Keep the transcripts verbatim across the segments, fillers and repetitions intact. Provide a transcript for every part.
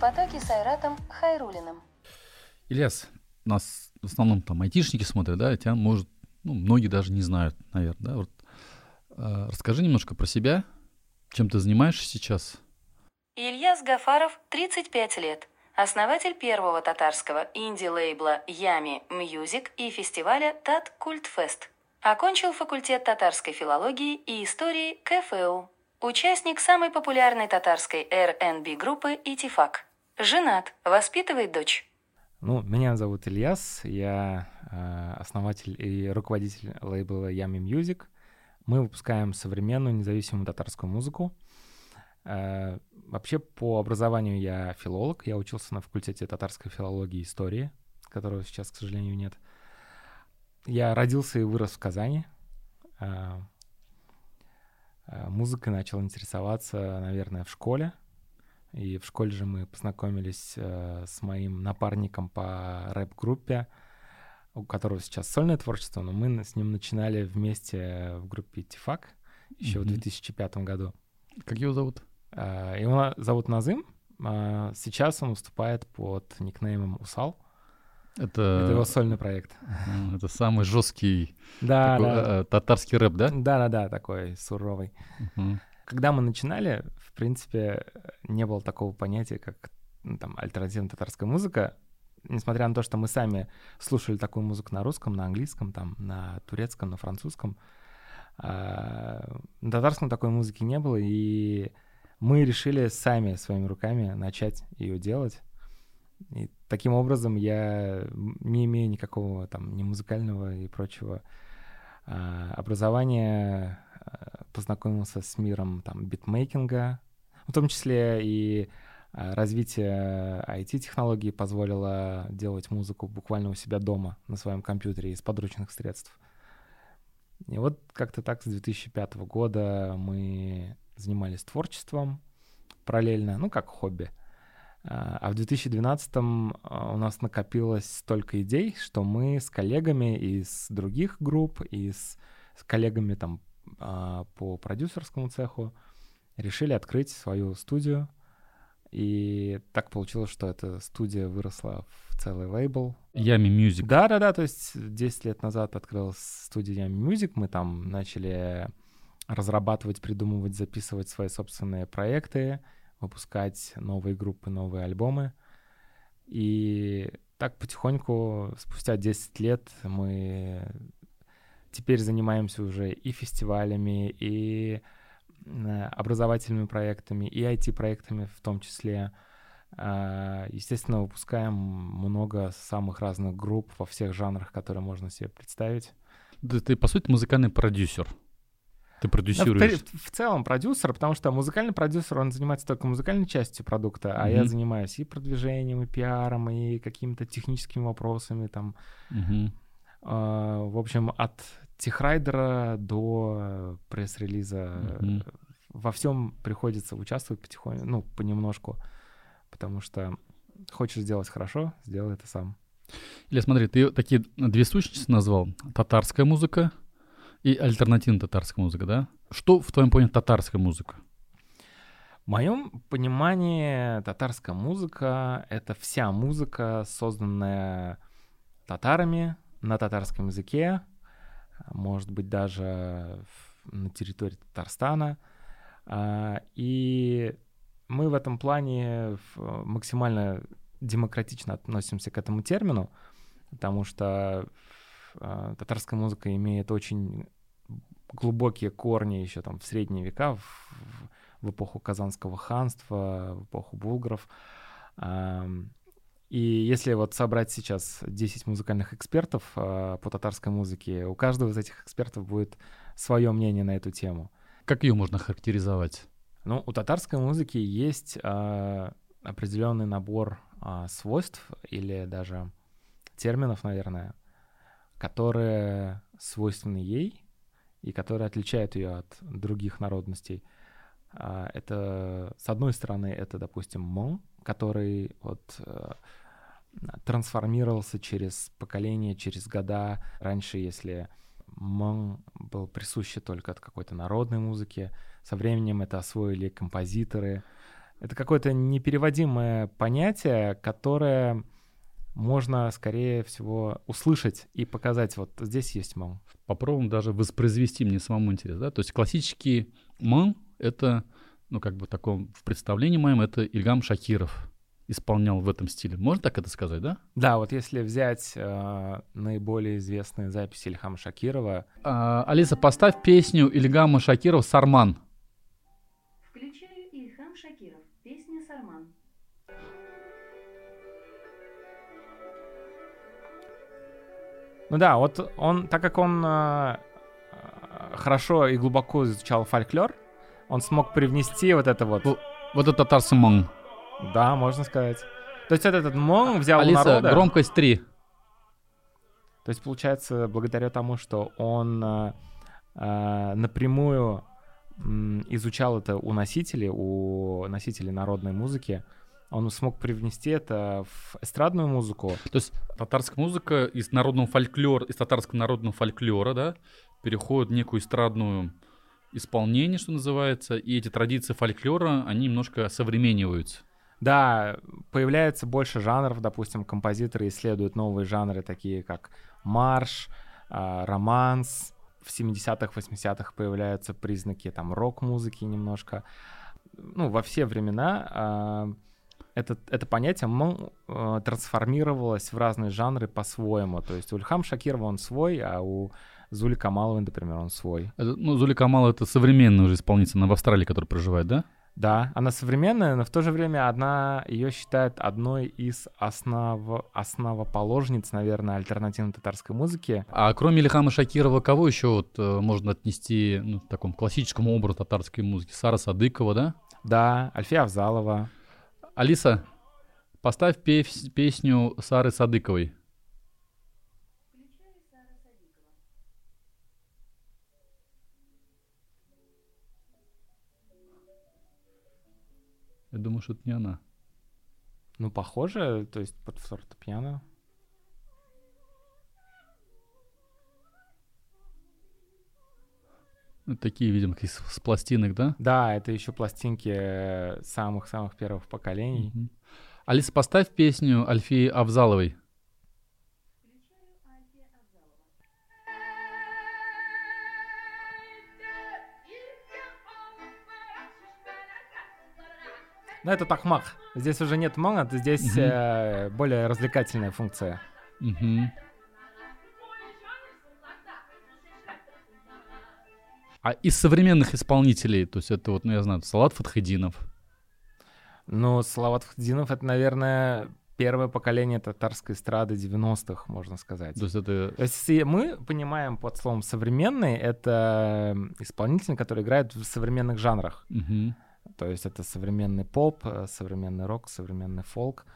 потоке с Айратом Хайруллиным. Ильяс, нас в основном там айтишники смотрят, да, и тебя, может, ну, многие даже не знают, наверное, да. Вот, э, расскажи немножко про себя, чем ты занимаешься сейчас. Ильяс Гафаров, тридцать пять лет. Основатель первого татарского инди-лейбла Yami Music и фестиваля Тат Культфест. Окончил факультет татарской филологии и истории КФУ. Участник самой популярной татарской эр энд би группы «Итифак». Женат, воспитывает дочь. Ну, меня зовут Ильяс, я э, основатель и руководитель лейбла Yami Music. Мы выпускаем современную независимую татарскую музыку. Э, вообще, по образованию я филолог, я учился на факультете татарской филологии и истории, которого сейчас, к сожалению, нет. Я родился и вырос в Казани. Э, э, музыкой начал интересоваться, наверное, в школе. И в школе же мы познакомились э, с моим напарником по рэп-группе, у которого сейчас сольное творчество, но мы с ним начинали вместе в группе «Итифак» еще mm-hmm. в две тысячи пятом году. Как его зовут? Э, его зовут Назым. Э, сейчас он выступает под никнеймом «Усал». Это... Это его сольный проект. Это самый жесткий да, такой, да. Э, татарский рэп, да? Да-да-да, такой суровый. Uh-huh. Когда мы начинали, в принципе, не было такого понятия, как ну, там, альтернативная татарская музыка. Несмотря на то, что мы сами слушали такую музыку на русском, на английском, там, на турецком, на французском, а, на татарском такой музыки не было, и мы решили сами своими руками начать ее делать. И таким образом я не имею никакого там ни музыкального и прочего а, образования, познакомился с миром там битмейкинга, в том числе и развитие ай ти-технологий позволило делать музыку буквально у себя дома на своем компьютере из подручных средств. И вот как-то так с две тысячи пятого года мы занимались творчеством параллельно, ну как хобби. А в две тысячи двенадцатом у нас накопилось столько идей, что мы с коллегами из других групп и с, с коллегами там по продюсерскому цеху решили открыть свою студию. И так получилось, что эта студия выросла в целый лейбл. Yami Music. Да-да-да, то есть десять лет назад открылась студия Yami Music. Мы там начали разрабатывать, придумывать, записывать свои собственные проекты, выпускать новые группы, новые альбомы. И так потихоньку, спустя десять лет, мы теперь занимаемся уже и фестивалями, и образовательными проектами, и ай ти-проектами в том числе. Естественно, выпускаем много самых разных групп во всех жанрах, которые можно себе представить. Да, ты, по сути, музыкальный продюсер. Ты продюсируешь. Да, в, в целом продюсер, потому что музыкальный продюсер, он занимается только музыкальной частью продукта, mm-hmm. а я занимаюсь и продвижением, и пиаром, и какими-то техническими вопросами. Там. Mm-hmm. Uh, в общем, от техрайдера до пресс-релиза mm-hmm. во всем приходится участвовать потихоньку, ну, понемножку, потому что хочешь сделать хорошо, сделай это сам. Или смотри, ты такие две сущности назвал. Татарская музыка и альтернативная татарская музыка, да? Что в твоем понимании татарская музыка? В моем понимании татарская музыка — это вся музыка, созданная татарами на татарском языке, может быть, даже на территории Татарстана. И мы в этом плане максимально демократично относимся к этому термину, потому что татарская музыка имеет очень глубокие корни еще там в средние века, в, в эпоху Казанского ханства, в эпоху булгаров. И если вот собрать сейчас десять музыкальных экспертов по татарской музыке, у каждого из этих экспертов будет свое мнение на эту тему. Как ее можно характеризовать? Ну, у татарской музыки есть определенный набор свойств или даже терминов, наверное, которые свойственны ей и которые отличают ее от других народностей. Это, с одной стороны, это, допустим, мон, который вот трансформировался через поколения, через года. Раньше, если мон был присущ только от какой-то народной музыки, со временем это освоили композиторы, Это какое-то непереводимое понятие, которое можно, скорее всего, услышать и показать. Вот здесь есть мон. Попробуем даже воспроизвести, мне самому интересно. Да? То есть классический мон — это, ну, как бы в таком, в представлении моем, это Ильгам Шакиров исполнял в этом стиле. Можно так это сказать, да? Да, вот если взять э, наиболее известные записи Ильхама Шакирова. А, Алиса, поставь песню Ильгама Шакирова «Сарман». Включаю Ильхам Шакиров. Песня «Сарман». Ну да, вот он, так как он э, хорошо и глубоко изучал фольклор, он смог привнести вот это вот... Вот, вот это татарский мон. Да, можно сказать. То есть этот, этот мон взял Алиса, у народа... громкость три. То есть получается, благодаря тому, что он э, э, напрямую э, изучал это у носителей, у носителей народной музыки, он смог привнести это в эстрадную музыку. То есть татарская музыка из народного фольклора, из татарского народного фольклора, да, переходит в некую эстрадную исполнение, что называется, и эти традиции фольклора, они немножко осовремениваются. Да, появляется больше жанров, допустим, композиторы исследуют новые жанры, такие как марш, э, романс. В семидесятых, восьмидесятых появляются признаки там рок-музыки немножко. Ну, во все времена э, это, это понятие ну, э, трансформировалось в разные жанры по-своему. То есть у Ильхама Шакирова он свой, а у Зули Камаловой, например, он свой. Это, ну, Зули Камалова — это современная уже исполнительница, она в Австралии, которая проживает, да? Да, она современная, но в то же время одна ее считают одной из основ... основоположниц, наверное, альтернативной татарской музыки. А кроме Ильхама Шакирова, кого еще вот, э, можно отнести, ну, к такому классическому образу татарской музыки? Сара Садыкова, да? Да, Альфия Авзалова. Алиса, поставь пев- песню Сары Садыковой. Я думаю, что это не она. Ну, похоже, то есть под фортепиано. Ну, такие, видимо, с, с пластинок, да? Да, это еще пластинки самых-самых первых поколений. Mm-hmm. Алиса, поставь песню Альфии Авзаловой. Ну, это тахмах. Здесь уже нет мона, здесь Uh-huh. э, более развлекательная функция. Uh-huh. А из современных исполнителей, то есть это вот, ну, я знаю, Салават Фатхетдинов. Ну, Салават Фатхетдинов — это, наверное, первое поколение татарской эстрады девяностых, можно сказать. То есть это... То есть если мы понимаем под словом «современный», это исполнитель, который играет в современных жанрах. Uh-huh. То есть это современный поп, современный рок, современный фолк.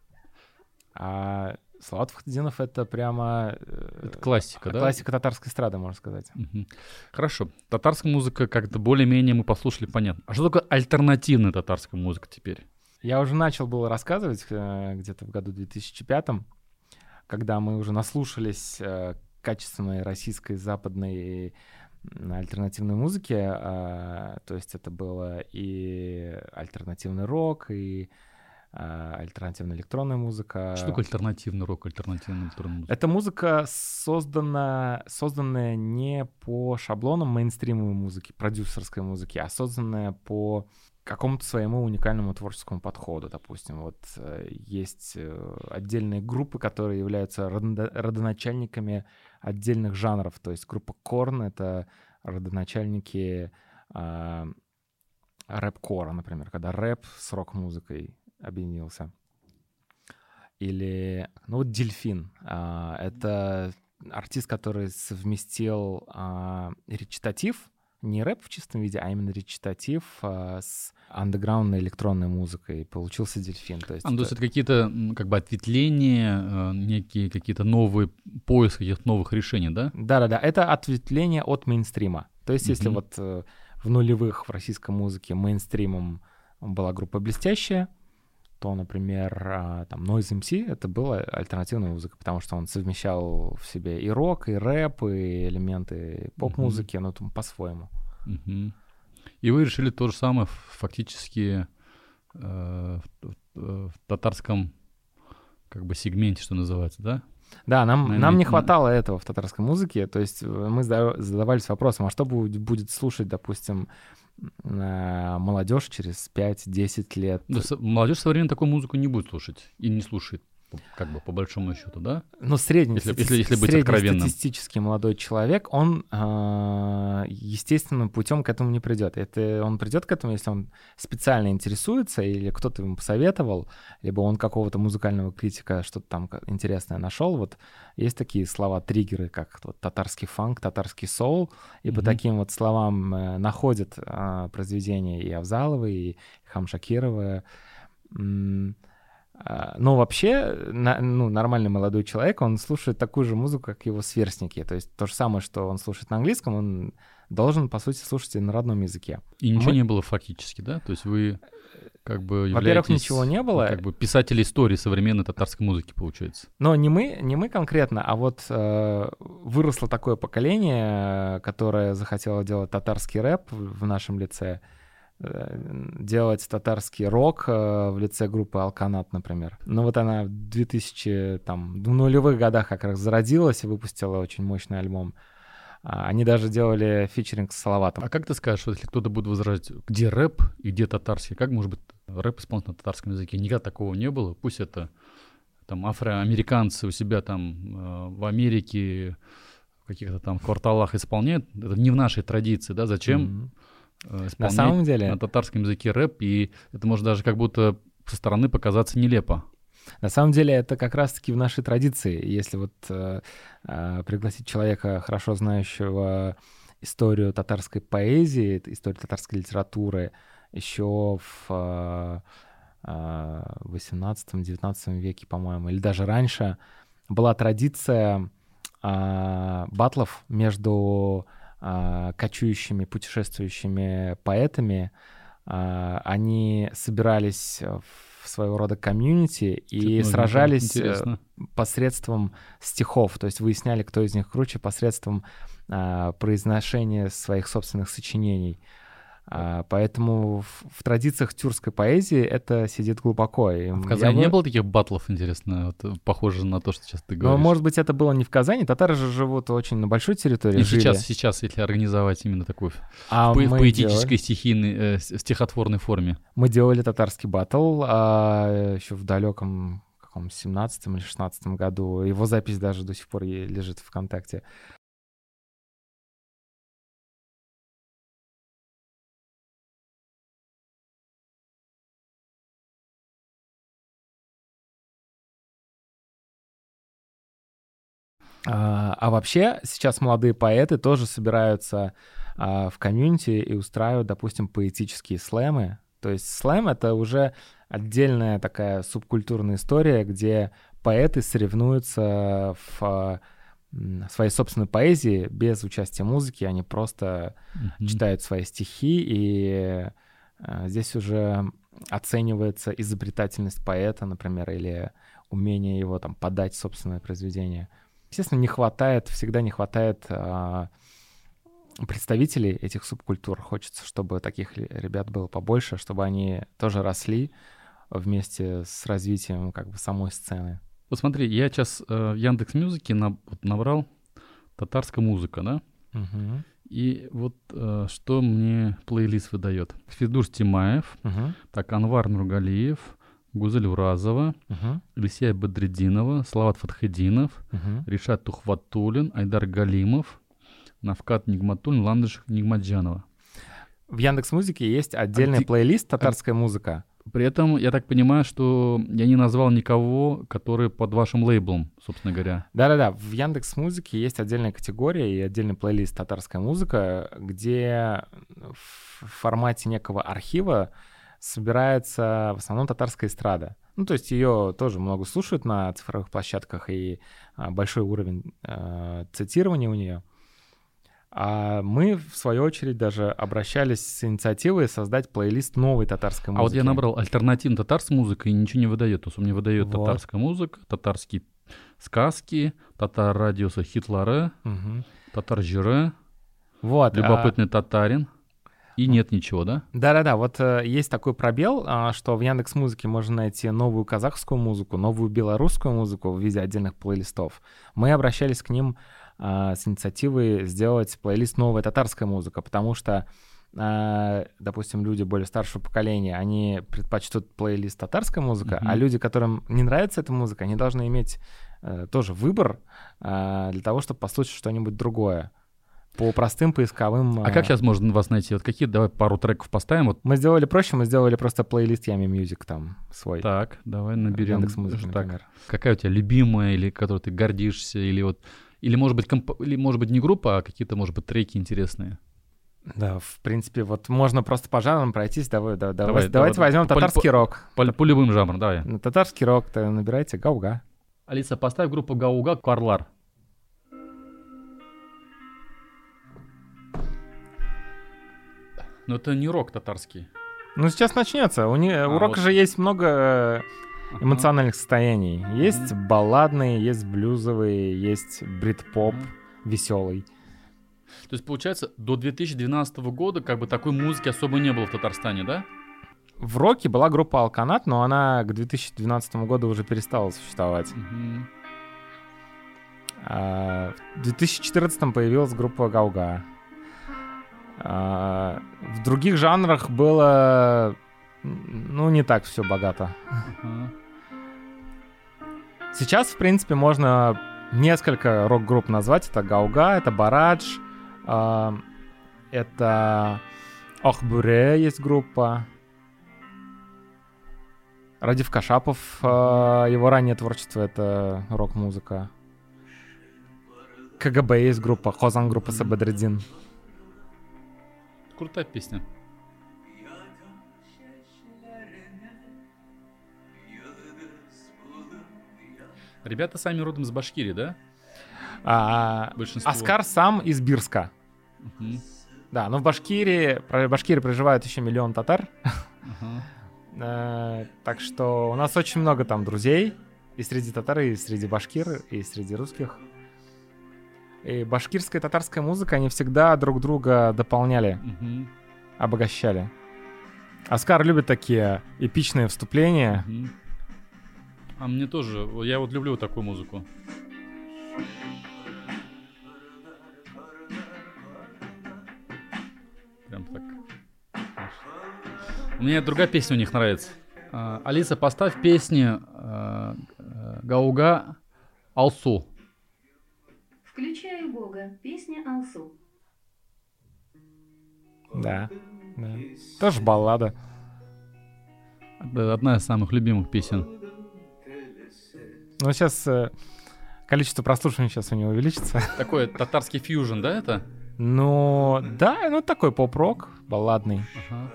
А Салават Фатхетдинов — это прямо... Это классика, да? Классика татарской эстрады, можно сказать. Угу. Хорошо. Татарская музыка как-то более-менее мы послушали, понятно. А что такое альтернативная татарская музыка теперь? Я уже начал было рассказывать где-то в году две тысячи пятом, когда мы уже наслушались качественной российской западной альтернативной музыки. То есть это было и альтернативный рок, и альтернативная электронная музыка. Что такое альтернативный рок, альтернативная электронная музыка? Эта музыка создана, созданная не по шаблонам мейнстримовой музыки, продюсерской музыки, а созданная по какому-то своему уникальному творческому подходу. Допустим, вот есть отдельные группы, которые являются родоначальниками отдельных жанров. То есть группа Корн — это родоначальники э, рэп-кора, например, когда рэп с рок-музыкой объединился. Или, ну вот Дельфин. А, это артист, который совместил а, речитатив, не рэп в чистом виде, а именно речитатив а, с андеграундной электронной музыкой. Получился Дельфин. То есть, а, ну, это... то есть это какие-то как бы ответвления, некие какие-то новые, поиск каких-то новых решений, да? Да-да-да, это ответвление от мейнстрима. То есть mm-hmm. если вот в нулевых в российской музыке мейнстримом была группа «Блестящая», то, например, там Noise эм си — это была альтернативная музыка, потому что он совмещал в себе и рок, и рэп, и элементы поп-музыки, uh-huh. но там по-своему. Uh-huh. И вы решили то же самое фактически э, в, в, в татарском как бы сегменте, что называется, да? Да, нам, Наверное, нам не это- хватало этого в татарской музыке. То есть мы зада- задавались вопросом, а что будет, будет слушать, допустим, э, молодежь через пять-десять лет? Да, со- молодежь современная такую музыку не будет слушать и не слушает, по- как бы по большому счету, да? Ну, средний, Если- стати- если- если быть откровенным. среднестатистический молодой человек, он э, естественным путем к этому не придет. Это он придет к этому, если он специально интересуется, или кто-то ему посоветовал, либо он какого-то музыкального критика что-то там ка- интересное нашел. Вот есть такие слова-триггеры, как вот татарский фанк, татарский соул, и по Мгм. таким вот словам э, находят э, произведения и Авзаловой, и Хамшакировой. М, а, Но вообще, на- ну, нормальный молодой человек, он слушает такую же музыку, как его сверстники. То есть то же самое, что он слушает на английском, он должен, по сути, слушать и на родном языке. И ничего Мы- не было фактически, да? То есть вы как бы Во-первых, являетесь, ничего не было. ну, как бы писатели истории современной татарской музыки, получается. Но не мы, не мы конкретно, а вот э, выросло такое поколение, э, которое захотело делать татарский рэп в в нашем лице, э, делать татарский рок э, в лице группы «Алканат», например. Ну вот она в две тысячи, там, в нулевых годах как раз зародилась и выпустила очень мощный альбом. А, Они даже делали фичеринг с Салаватом. А как ты скажешь, вот если кто-то будет возражать, где рэп и где татарский, как может быть рэп исполнен на татарском языке? Никогда такого не было. Пусть это там афроамериканцы у себя там э, в Америке в каких-то там кварталах исполняют. Это не в нашей традиции, да? Зачем Мгм. э, На исполнять самом деле, на татарском языке рэп? И это может даже как будто со стороны показаться нелепо. На самом деле это как раз-таки в нашей традиции. Если вот э, э, пригласить человека, хорошо знающего историю татарской поэзии, историю татарской литературы еще в э, э, восемнадцатом-девятнадцатом веке, по-моему, или даже раньше, была традиция э, батлов между э, кочующими, путешествующими поэтами. Э, Они собирались в своего рода комьюнити и Чё-то новенькое, сражались э, интересно. посредством стихов, то есть выясняли, кто из них круче, посредством а, произношения своих собственных сочинений. А, поэтому в, в традициях тюркской поэзии это сидит глубоко. И А в я Казани бы- не было таких батлов, интересно, вот, э, похоже на то, что сейчас ты Но, говоришь? может быть, это было не в Казани. Татары же живут очень на большой территории. И жили. сейчас, сейчас, если организовать именно такую в, А по- в мы поэтической, делали- стихийной, э, с- стихотворной форме. Мы делали татарский баттл а, еще в далеком каком семнадцатом или шестнадцатом году. Его запись даже до сих пор е- лежит ВКонтакте. А, а вообще сейчас молодые поэты тоже собираются а, в комьюнити и устраивают, допустим, поэтические слэмы. То есть слэм — это уже отдельная такая субкультурная история, где поэты соревнуются в а, м, своей собственной поэзии без участия музыки. Они просто Мгм. читают свои стихи, и а, здесь уже оценивается изобретательность поэта, например, или умение его там подать собственное произведение. Естественно, не хватает, всегда не хватает а, представителей этих субкультур. Хочется, чтобы таких ли- ребят было побольше, чтобы они тоже росли вместе с развитием как бы самой сцены. Вот смотри, я сейчас э, в Яндекс.Музыке на- вот набрал татарская музыка, да? Мгм. И вот э, что мне плейлист выдает. Федуш Тимаев, Мгм. так, Анвар Нургалиев, Гузель Уразова, Мгм. Илсия Бадреддинова, Салават Фатхединов, Мгм. Ришат Тухватуллин, Айдар Галимов, Навкат Нигматуллин, Ландыш Нигмаджанова. В Яндекс.Музыке есть отдельный где- плейлист «Татарская музыка». При этом я так понимаю, что я не назвал никого, который под вашим лейблом, собственно говоря. Да-да-да, в Яндекс.Музыке есть отдельная категория и отдельный плейлист «Татарская музыка», где в формате некого архива собирается в основном татарская эстрада. Ну, то есть ее тоже много слушают на цифровых площадках, и а, большой уровень э, цитирования у нее. А мы, в свою очередь, даже обращались с инициативой создать плейлист новой татарской музыки. А вот я набрал альтернативную татарскую музыку и ничего не выдает. То есть он мне выдает Вот. татарская музыка, татарские сказки, татар радиосы хитлары, Мгм. татар жиры, Вот. а- любопытный татарин. и нет ничего, да? Да-да-да, вот э, есть такой пробел, э, что в Яндекс.Музыке можно найти новую казахскую музыку, новую белорусскую музыку в виде отдельных плейлистов. Мы обращались к ним э, с инициативой сделать плейлист «Новая татарская музыка», потому что, э, допустим, люди более старшего поколения, они предпочтут плейлист «Татарская музыка», mm-hmm. а люди, которым не нравится эта музыка, они должны иметь э, тоже выбор э, для того, чтобы послушать что-нибудь другое. По простым поисковым... А как сейчас можно вас найти? Вот какие, давай пару треков поставим. Вот. Мы сделали проще, мы сделали просто плейлист Ями Music там свой. Так, давай наберем. Яндекс.Музыка, например. Какая у тебя любимая, или которой ты гордишься, или вот... Или, может быть, комп... или, может быть, не группа, а какие-то, может быть, треки интересные? Да, в принципе, вот можно просто по жанрам пройтись. Давай, да, давай, давай, давайте давай, возьмем по, татарский по, рок. По, по любым жанрам, давай. На татарский рок -то набирайте Гауга. Алиса, поставь группу Гауга «Карлар». Но это не рок татарский. Ну, сейчас начнется. У, не... а, у рока вот. же есть много эмоциональных ага. состояний. Есть mm-hmm. балладные, есть блюзовые, есть брит-поп mm-hmm. веселый. То есть, получается, до две тысячи двенадцатого года как бы такой музыки особо не было в Татарстане, да? В роке была группа «Алканат», но она к две тысячи двенадцатому году уже перестала существовать. Mm-hmm. А в две тысячи четырнадцатом появилась группа «Гауга». А в других жанрах было, ну, не так все богато. Uh-huh. Сейчас, в принципе, можно несколько рок-групп назвать. Это Гауга, это Барадж, э, это Охбуре есть группа. Радив Кашапов, э, его раннее творчество — это рок-музыка. КГБ есть группа, Хозан группа Сабадреддин. Крутая песня. Ребята сами родом из Башкирии, да? А, Большинство. Оскар сам из Бирска. Uh-huh. Да, но в Башкирии, в Башкирии проживает еще миллион татар. Uh-huh. а, так что у нас очень много там друзей. И среди татар, и среди башкир, и среди русских. И башкирская и татарская музыка, они всегда друг друга дополняли, uh-huh. обогащали. Оскар любит такие эпичные вступления. Uh-huh. А мне тоже. Я вот люблю такую музыку. Прям так. Мне другая песня у них нравится. А, Алиса, поставь песню а, Гауга «Алсу». Включаю Бога. Песня «Алсу». Да, да. Тоже баллада. Это одна из самых любимых песен. Ну, сейчас э, количество прослушиваний сейчас у него увеличится. Такой татарский фьюжн, да, это? Ну, да, ну такой поп-рок, балладный. Ага.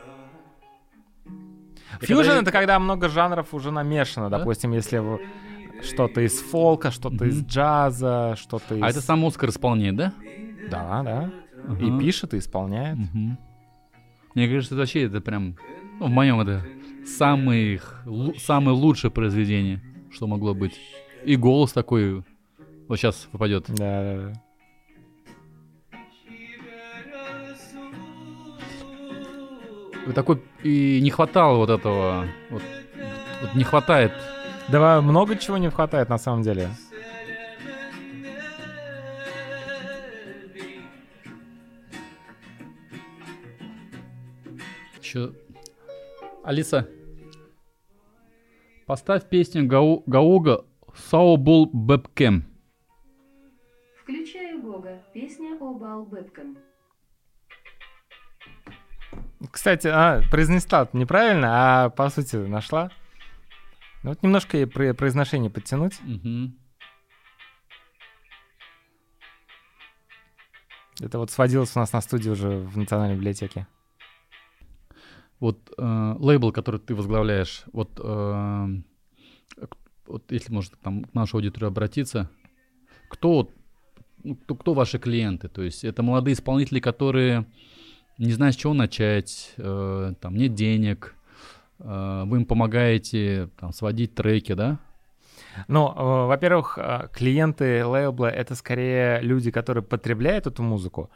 Фьюжн — это когда много жанров уже намешано. Да? Допустим, если что-то из фолка, что-то mm-hmm. из джаза, что-то из... А это сам Оскар исполняет, да? Да, да. Ага. И пишет, и исполняет. Угу. Мне кажется, это вообще это прям... Ну, в моем это самое, самое лучшее произведение, что могло быть. И голос такой вот сейчас попадет. Да, да, да. Такой и не хватало вот этого, вот, вот не хватает. Да, много чего не хватает на самом деле. Чё? Алиса, поставь песню Гау... Гауга «Саубул Бэбкем». Включаю Бога. Песня «Обал Бэбкем». Кстати, а, произнесла неправильно, а по сути нашла. Ну, вот немножко ей произношение подтянуть. Угу. Это вот сводилось у нас на студии уже в Национальной библиотеке. Вот э, лейбл, который ты возглавляешь, вот, э, вот если можно там к нашей аудитории обратиться, кто, кто, кто ваши клиенты? То есть это молодые исполнители, которые не знают, с чего начать, э, там нет денег, э, вы им помогаете там, сводить треки, да? Ну, э, во-первых, клиенты лейбла — это скорее люди, которые потребляют эту музыку.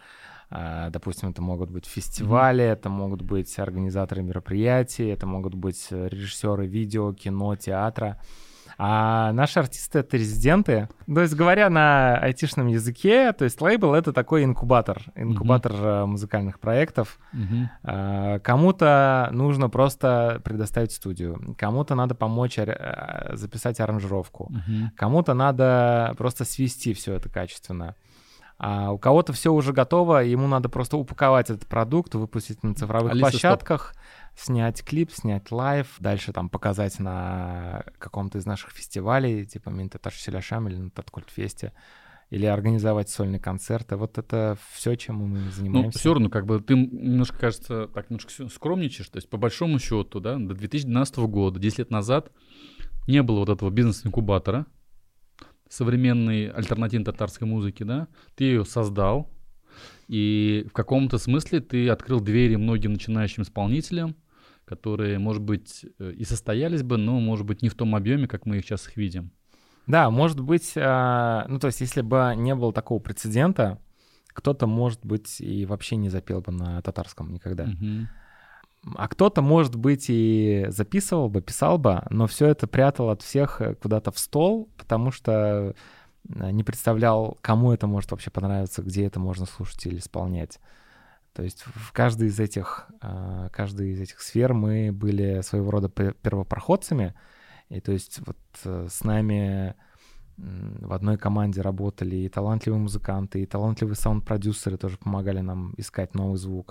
А, допустим, это могут быть фестивали, mm-hmm. это могут быть организаторы мероприятий, это могут быть режиссеры видео, кино, театра. А наши артисты — это резиденты. То есть, говоря на айтишном языке, то есть лейбл — это такой инкубатор, инкубатор mm-hmm. музыкальных проектов. Mm-hmm. А, кому-то нужно просто предоставить студию, кому-то надо помочь ар- записать аранжировку, mm-hmm. кому-то надо просто свести все это качественно. А у кого-то все уже готово, ему надо просто упаковать этот продукт, выпустить на цифровых Алиса, площадках, стоп. снять клип, снять лайв, дальше там показать на каком-то из наших фестивалей, типа Минтаташ Селяшам или на Таткультфесте, или организовать сольные концерты. Вот это все, чем мы занимаемся. Ну, все равно, как бы ты немножко, кажется, так немножко скромничаешь. То есть, по большому счету, да, до две тысячи двенадцатого года, десять лет назад, не было вот этого бизнес-инкубатора, современной альтернативной татарской музыки, да, ты ее создал, и в каком-то смысле ты открыл двери многим начинающим исполнителям, которые, может быть, и состоялись бы, но, может быть, не в том объеме, как мы их сейчас их видим. Да, может быть, э, ну, то есть, если бы не было такого прецедента, кто-то, может быть, и вообще не запел бы на татарском никогда. Uh-huh. А кто-то, может быть, и записывал бы, писал бы, но все это прятал от всех куда-то в стол, потому что не представлял, кому это может вообще понравиться, где это можно слушать или исполнять. То есть в каждой из этих, каждой из этих сфер мы были своего рода первопроходцами, и то есть вот с нами в одной команде работали и талантливые музыканты, и талантливые саунд-продюсеры тоже помогали нам искать новый звук.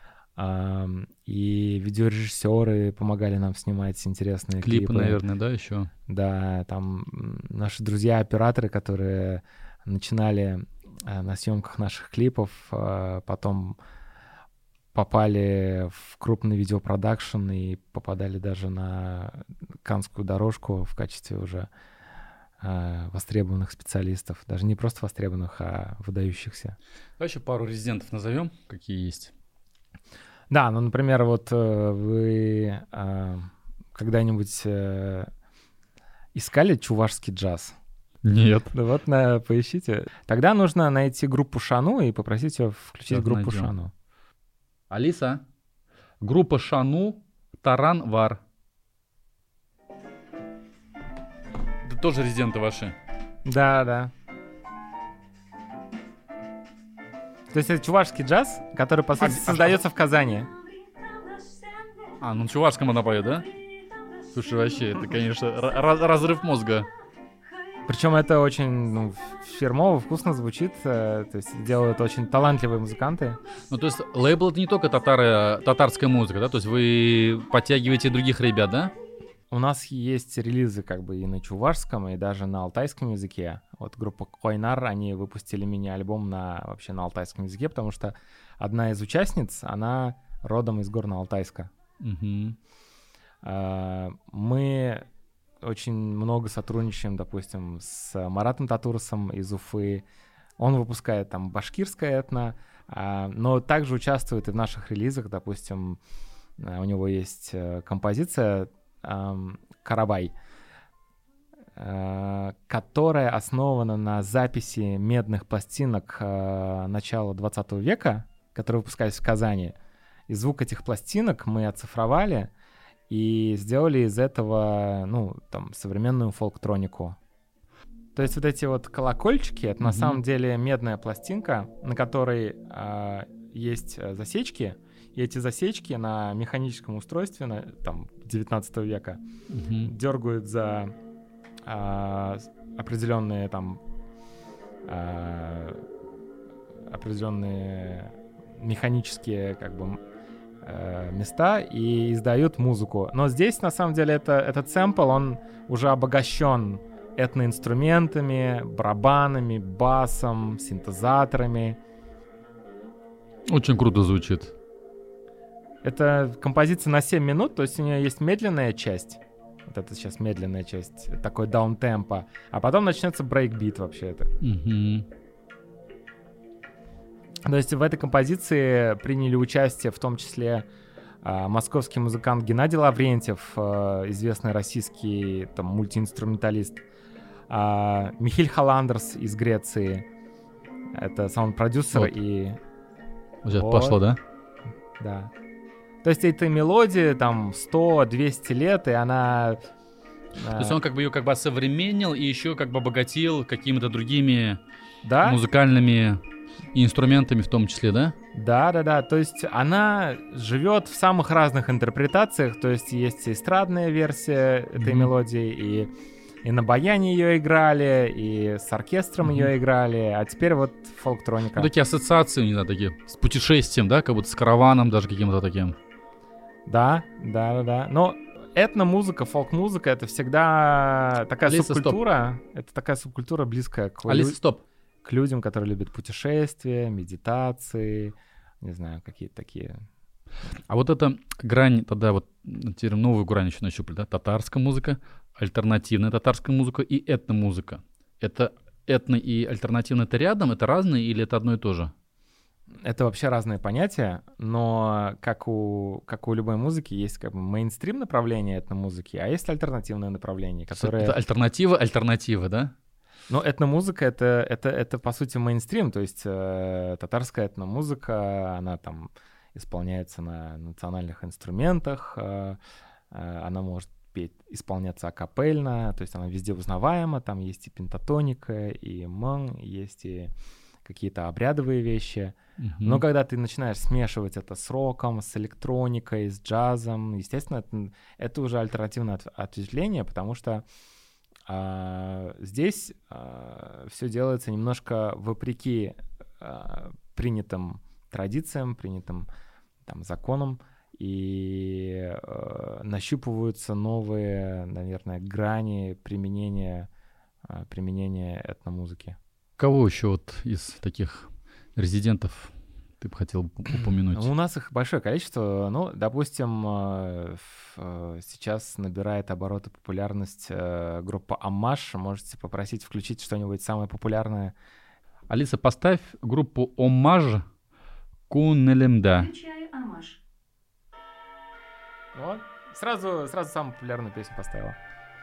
И видеорежиссеры помогали нам снимать интересные клипы. Клипы, наверное, да, еще? Да, там наши друзья-операторы, которые начинали на съемках наших клипов, потом попали в крупный видеопродакшн и попадали даже на Каннскую дорожку в качестве уже востребованных специалистов. Даже не просто востребованных, а выдающихся. Давай еще пару резидентов назовем, какие есть. Да, ну, например, вот вы э, когда-нибудь э, искали чувашский джаз? Нет. Да вот, на, поищите. Тогда нужно найти группу Шану и попросить ее включить Сейчас группу найдем. Шану. Алиса, группа Шану, Таран Вар. Это тоже резиденты ваши? Да, да. То есть это чувашский джаз, который, по сути, а, создается а, в Казани. А, ну на чувашском она поет, да? Слушай, вообще, это, конечно, раз, разрыв мозга. Причем это очень ну, фирмово, вкусно звучит. То есть делают очень талантливые музыканты. Ну, то есть лейбл — это не только татары, татарская музыка, да? То есть вы подтягиваете других ребят, да? У нас есть релизы как бы и на чувашском, и даже на алтайском языке. Вот группа Койнар, они выпустили мини-альбом на, вообще на алтайском языке, потому что одна из участниц, она родом из Горно-Алтайска. Mm-hmm. Мы очень много сотрудничаем, допустим, с Маратом Татурсом из Уфы. Он выпускает там башкирское этно, но также участвует и в наших релизах. Допустим, у него есть композиция «Карабай», которая основана на записи медных пластинок начала двадцатого века, которые выпускались в Казани. И звук этих пластинок мы оцифровали и сделали из этого, ну, там, современную фолктронику. То есть вот эти вот колокольчики — это mm-hmm. на самом деле медная пластинка, на которой а, есть засечки, и эти засечки на механическом устройстве на, там, девятнадцатого века mm-hmm. дергают за а, определенные там а, определенные механические как бы а, места и издают музыку. Но здесь на самом деле это, этот сэмпл, он уже обогащен этноинструментами, барабанами, басом, синтезаторами. Очень круто звучит. Это композиция на семь минут, то есть у нее есть медленная часть. Вот это сейчас медленная часть, такой даунтемпо. А потом начнется брейкбит вообще это. Mm-hmm. То есть в этой композиции приняли участие в том числе а, московский музыкант Геннадий Лаврентьев, а, известный российский там, мультиинструменталист, а, Михиль Халандерс из Греции, это саунд-продюсер, вот. и... Сейчас Вот. пошло, да? Да. То есть этой мелодии там сто-двести лет, и она... То есть он как бы ее как бы осовременил и еще как бы обогатил какими-то другими Да? музыкальными инструментами в том числе, да? Да, да, да. То есть она живет в самых разных интерпретациях. То есть есть и эстрадная версия этой Мгм. мелодии, и, и на баяне ее играли, и с оркестром Мгм. ее играли, а теперь вот фолктроника. Ну, такие ассоциации, не знаю, такие с путешествием, да, как будто с караваном даже каким-то таким. Да, да, да, да. Но этномузыка, фолк-музыка — это всегда такая Алиса, стоп. субкультура. Это такая субкультура, близкая к, лю- Алиса, стоп. к людям, которые любят путешествия, медитации, не знаю, какие-то такие. А вот эта грань, тогда вот теперь новую грань еще нащупали, да? Татарская музыка, альтернативная татарская музыка и этномузыка. Это этно и альтернативно это рядом, это разные или это одно и то же? Это вообще разные понятия, но как у, как у любой музыки есть как бы мейнстрим направление этномузыки, а есть альтернативное направление, которое... Это альтернатива, альтернатива, да? Но этномузыка — это, это, это, по сути, мейнстрим, то есть э, татарская этномузыка, она там исполняется на национальных инструментах, э, э, она может петь, исполняться акапельно, то есть она везде узнаваема, там есть и пентатоника, и мон, есть и какие-то обрядовые вещи. Мгм. Но когда ты начинаешь смешивать это с роком, с электроникой, с джазом, естественно, это, это уже альтернативное от- ответвление, потому что а, здесь все делается немножко вопреки а, принятым традициям, принятым там законам, и а, нащупываются новые, наверное, грани применения, а, применения этномузыки. Кого еще вот из таких резидентов ты бы хотел упомянуть? У нас их большое количество. Ну, допустим, э, в- э, сейчас набирает обороты популярность э, группа Амаш. Можете попросить включить что-нибудь самое популярное. Алиса, поставь группу «Оммаж» Кунелемда. Включай Амаш. Вот. Сразу, сразу самую популярную песню поставила.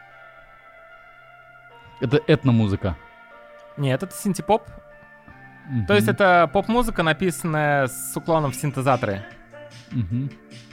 Это этномузыка. Нет, это синтепоп. То есть это поп-музыка, написанная с уклоном в синтезаторы. Мгм.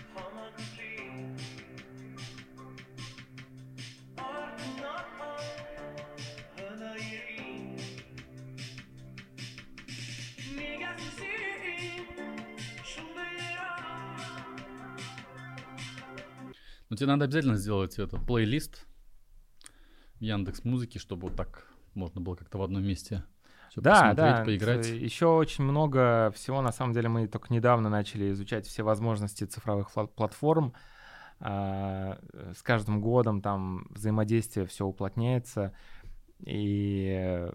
Ну, тебе надо обязательно сделать это плейлист в Яндекс.Музыке, чтобы вот так можно было как-то в одном месте всё Да, посмотреть, да. поиграть. Еще очень много всего. На самом деле мы только недавно начали изучать все возможности цифровых фла- платформ. А, э, С каждым годом там взаимодействие все уплотняется. И э,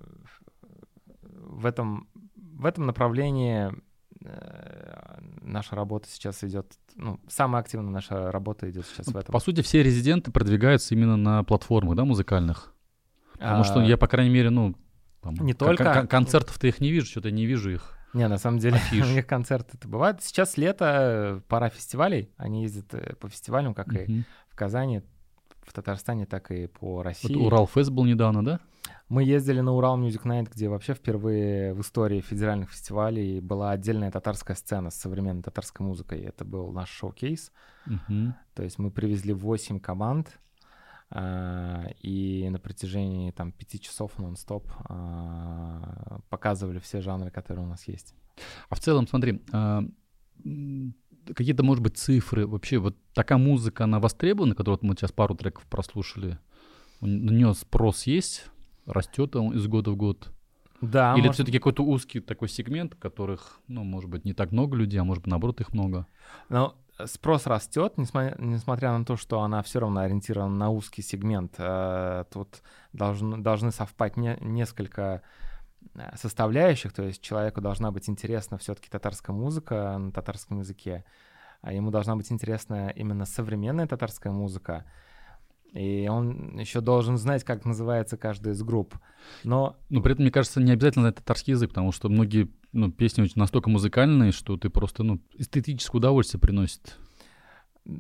в этом, в этом направлении э, наша работа сейчас идет, ну, самая активная наша работа идет сейчас в этом. По сути, все резиденты продвигаются именно на платформах, да, музыкальных. Потому что А, я, по крайней мере, ну, там, Не кон- только. кон- концертов-то их не вижу, что-то не вижу их. Не, на самом деле, Афиш. у них концерты-то бывают. Сейчас лето, пора фестивалей. Они ездят э, по фестивалям, как и Мгм. в Казани, в Татарстане, так и по Вот России. Уралфест был недавно, да? Мы ездили на Урал Music Night, где вообще впервые в истории федеральных фестивалей была отдельная татарская сцена с современной татарской музыкой. Это был наш шоу-кейс. Мгм. То есть мы привезли восемь команд, а, и на протяжении там пяти часов нон-стоп а, показывали все жанры, которые у нас есть. А в целом, смотри, а, м, какие-то, может быть, цифры, вообще вот такая музыка, она востребована, которую вот мы сейчас пару треков прослушали, у н- на нее спрос есть, растет он из года в год? Да, Или это может- все-таки какой-то узкий такой сегмент, которых, ну, может быть, не так много людей, а может быть, наоборот, их много? Но спрос растет, несмотря, несмотря на то, что она все равно ориентирована на узкий сегмент. Э, Тут должны, должны совпасть не- несколько э, составляющих, то есть человеку должна быть интересна все-таки татарская музыка на татарском языке, а ему должна быть интересна именно современная татарская музыка, и он еще должен знать, как называется каждая из групп. Но Но при этом, мне кажется, не обязательно знать татарский язык, потому что многие, ну, песни очень настолько музыкальные, что ты просто, ну, эстетическое удовольствие приносит.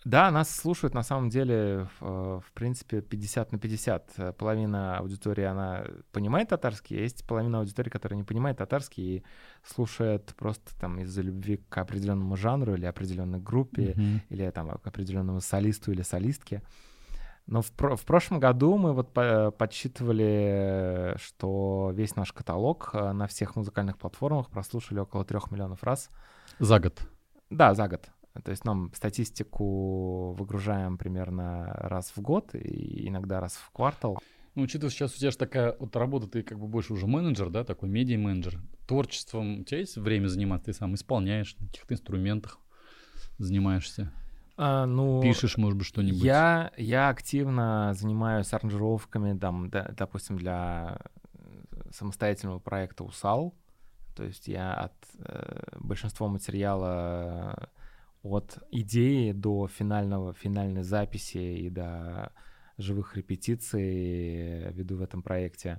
Да, нас слушают на самом деле, в, в принципе, пятьдесят на пятьдесят. Половина аудитории, она понимает татарский, а есть половина аудитории, которая не понимает татарский и слушает просто там из-за любви к определенному жанру или определенной группе, Мгм. или там к определенному солисту или солистке. Но в, про- в прошлом году мы вот по- подсчитывали, что весь наш каталог э, на всех музыкальных платформах прослушали около трех миллионов раз. За год. Да, за год. То есть нам статистику выгружаем примерно раз в год, и иногда раз в квартал. Ну, учитывая, сейчас у тебя же такая вот работа, ты как бы больше уже менеджер, да, такой медиа-менеджер. Творчеством у тебя есть время заниматься? Ты сам исполняешь, на каких-то инструментах занимаешься? А, ну, Пишешь, может быть, что-нибудь? Я, я активно занимаюсь аранжировками, там, да, допустим, для самостоятельного проекта «Усал». То есть я от э, большинства материала от идеи до финального, финальной записи и до живых репетиций веду в этом проекте.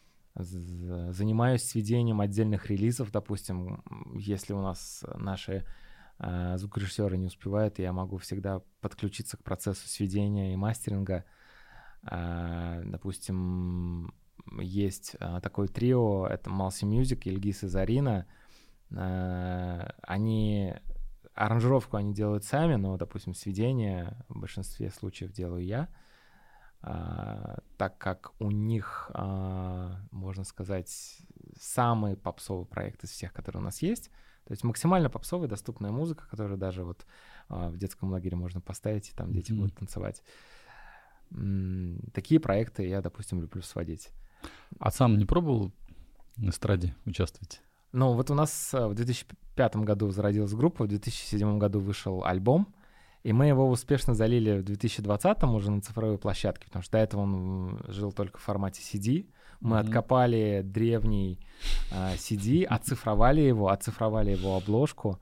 З- Занимаюсь сведением отдельных релизов, допустим, если у нас наши э, звукорежиссеры не успевают, я могу всегда подключиться к процессу сведения и мастеринга. Э, допустим, есть э, такое трио, это Malsi Music, Ильгиз и Зарина. Э, они аранжировку они делают сами, но, допустим, сведение в большинстве случаев делаю я, а, так как у них, а, можно сказать, самый попсовый проект из всех, которые у нас есть. То есть максимально попсовая доступная музыка, которую даже вот а, в детском лагере можно поставить, и там дети Мгм. будут танцевать. М, Такие проекты я, допустим, люблю сводить. А сам не пробовал на эстраде участвовать? Ну, вот у нас а, в две тысячи пятом году зародилась группа, в две тысячи седьмом году вышел альбом, и мы его успешно залили в две тысячи двадцатом уже на цифровой площадке, потому что до этого он жил только в формате си ди. Мы Мгм. откопали древний а, си ди, оцифровали его, оцифровали его обложку,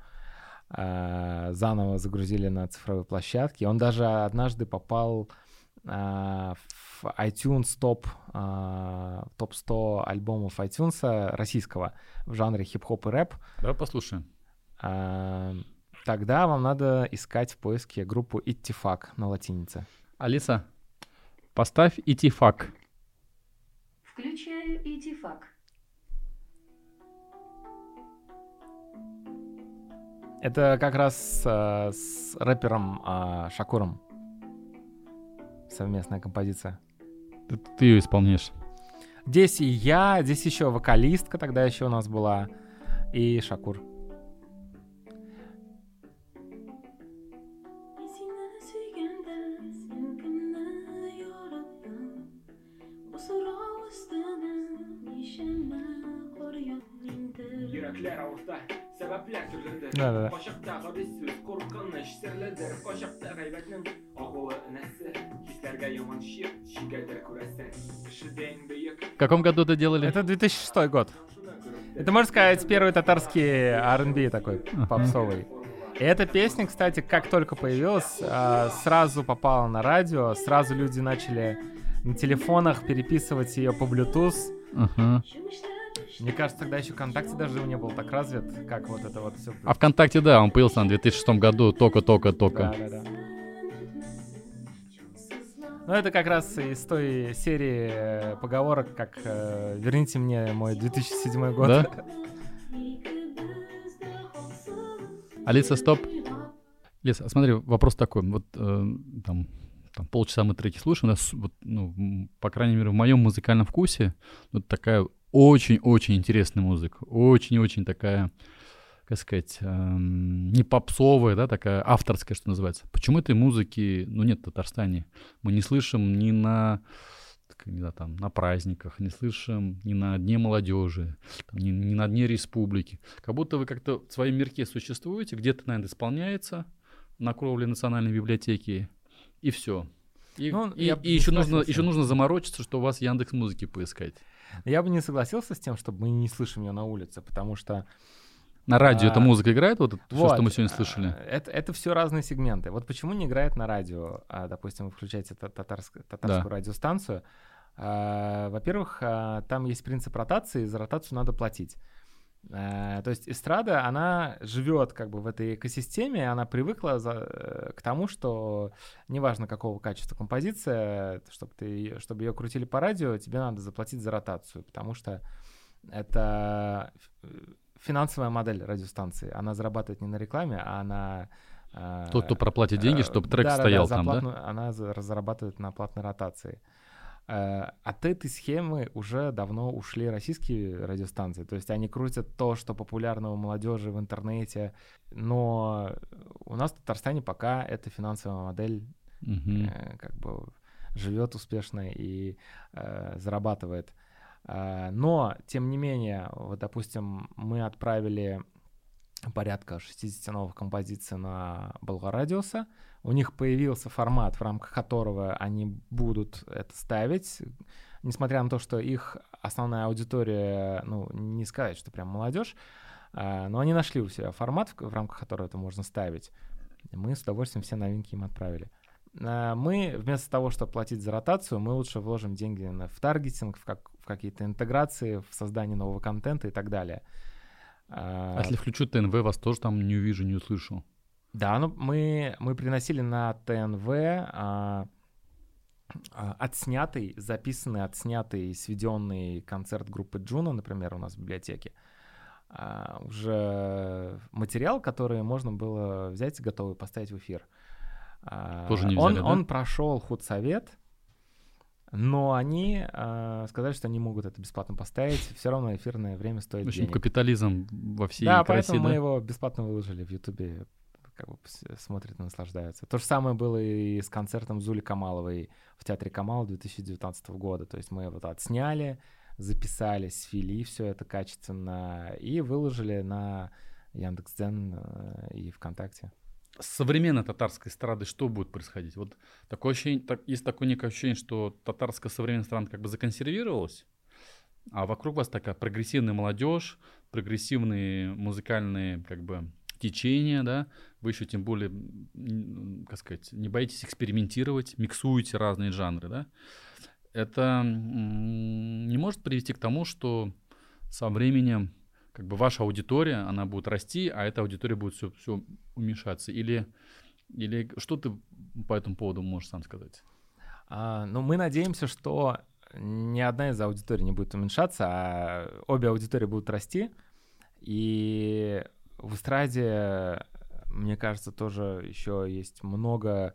а, заново загрузили на цифровой площадке. Он даже однажды попал а, в iTunes топ, а, топ сто альбомов iTunes российского в жанре хип-хоп и рэп. Давай послушаем. А, Тогда вам надо искать в поиске группу Иттифак на латинице. Алиса, поставь Итифак. Включаю Итифак. Это как раз а, с рэпером а, Шакуром совместная композиция. Ты, ты ее исполняешь. Здесь и я, здесь еще вокалистка тогда еще у нас была, и Шакур. Yürekler orta, sebepler türlüdür. Да-да-да. Qoşaqdağı bir söz, qorqunç sirlidir. Qoşaqda g'aybətnin ağılı nəsi, hisslərə yaman şir, şiqədir kurəsən. Işıdəyin böyük. В каком году это делали? Это две тысячи шестой год. Это, можно сказать, первый татарский ар энд би такой попсовый. И эта песня, кстати, как только появилась, а, сразу попала на радио, сразу люди начали на телефонах переписывать ее по Bluetooth. Ага. Мне кажется, тогда еще ВКонтакте даже не был так развит, как вот это вот все. А ВКонтакте, да, он появился в две тысячи шестом году, только-только-только. Да, да, да. Ну, это как раз из той серии э, поговорок, как э, «Верните мне мой две тысячи седьмой год». Да? Алиса, стоп. Лиса, смотри, вопрос такой. Вот э, там, там полчаса мы треки слушаем. У нас, вот, ну, м, по крайней мере, в моем музыкальном вкусе вот такая очень-очень интересная музыка. Очень-очень такая, как сказать, эм, не попсовая, да, такая авторская, что называется. Почему этой музыки, ну, нет в Татарстане? Мы не слышим ни на, так, не знаю, там, на праздниках, не слышим ни на Дне молодежи, там, ни, ни на Дне республики. Как будто вы как-то в своем мирке существуете, где-то, наверное, исполняется на кровле национальной библиотеки, и все. И, Ну, и, я и бы еще, не нужно, согласился. еще нужно заморочиться, что у вас Яндекс.Музыки поискать. Я бы не согласился с тем, чтобы мы не слышим ее на улице, потому что... На радио А, эта музыка играет, вот это всё, вот, что мы сегодня а, слышали? Это, это все разные сегменты. Вот почему не играет на радио? А, допустим, вы включаете та- татарск- татарскую Да. радиостанцию. А, во-первых, а, там есть принцип ротации, за ротацию надо платить. То есть эстрада, она живет как бы в этой экосистеме, она привыкла за, к тому, что неважно какого качества композиция, чтобы, ты, чтобы ее крутили по радио, тебе надо заплатить за ротацию, потому что это финансовая модель радиостанции. Она зарабатывает не на рекламе, а на... Тот, кто проплатит деньги, чтобы трек да, стоял да, да, там, платную, да? Она зарабатывает на платной ротации. От этой схемы уже давно ушли российские радиостанции. То есть они крутят то, что популярно у молодежи в интернете. Но у нас в Татарстане пока эта финансовая модель угу. как бы живет успешно и э, зарабатывает. Но, тем не менее, вот, допустим, мы отправили порядка шестьдесят новых композиций на Болгорадиуса. У них появился формат, в рамках которого они будут это ставить. Несмотря на то, что их основная аудитория, ну, не сказать, что прям молодежь, но они нашли у себя формат, в рамках которого это можно ставить. Мы с удовольствием все новинки им отправили. Мы вместо того, чтобы платить за ротацию, мы лучше вложим деньги в таргетинг, в, как, в какие-то интеграции, в создание нового контента и так далее. А если включу ТНВ, вас тоже там не увижу, не услышу. Да, ну мы, мы приносили на ТНВ а, а, отснятый, записанный, отснятый, сведенный концерт группы Джуно, например, у нас в библиотеке. А, уже материал, который можно было взять готовый, поставить в эфир. А, тоже не взяли, он, да? Он прошел худсовет, но они э, сказали, что не могут это бесплатно поставить. Все равно эфирное время стоит денег. В общем, денег. Капитализм во всей да, красе, поэтому да? мы его бесплатно выложили в Ютубе. Как бы смотрят и наслаждаются. То же самое было и с концертом Зули Камаловой в Театре Камала две тысячи девятнадцатого года. То есть мы вот отсняли, записали, свели все это качественно и выложили на Яндекс.Дзен и ВКонтакте. С современной татарской эстрадой что будет происходить? Вот такое ощущение, так, есть такое некое ощущение, что татарская современная эстрада как бы законсервировалась, а вокруг вас такая прогрессивная молодежь, прогрессивные музыкальные как бы течения, да, вы еще тем более, как сказать, не боитесь экспериментировать, миксуете разные жанры, да. Это не может привести к тому, что со временем как бы ваша аудитория, она будет расти, а эта аудитория будет все, все уменьшаться? Или, или что ты по этому поводу можешь сам сказать? А, ну, мы надеемся, что ни одна из аудиторий не будет уменьшаться, а обе аудитории будут расти. И в эстраде, мне кажется, тоже еще есть много,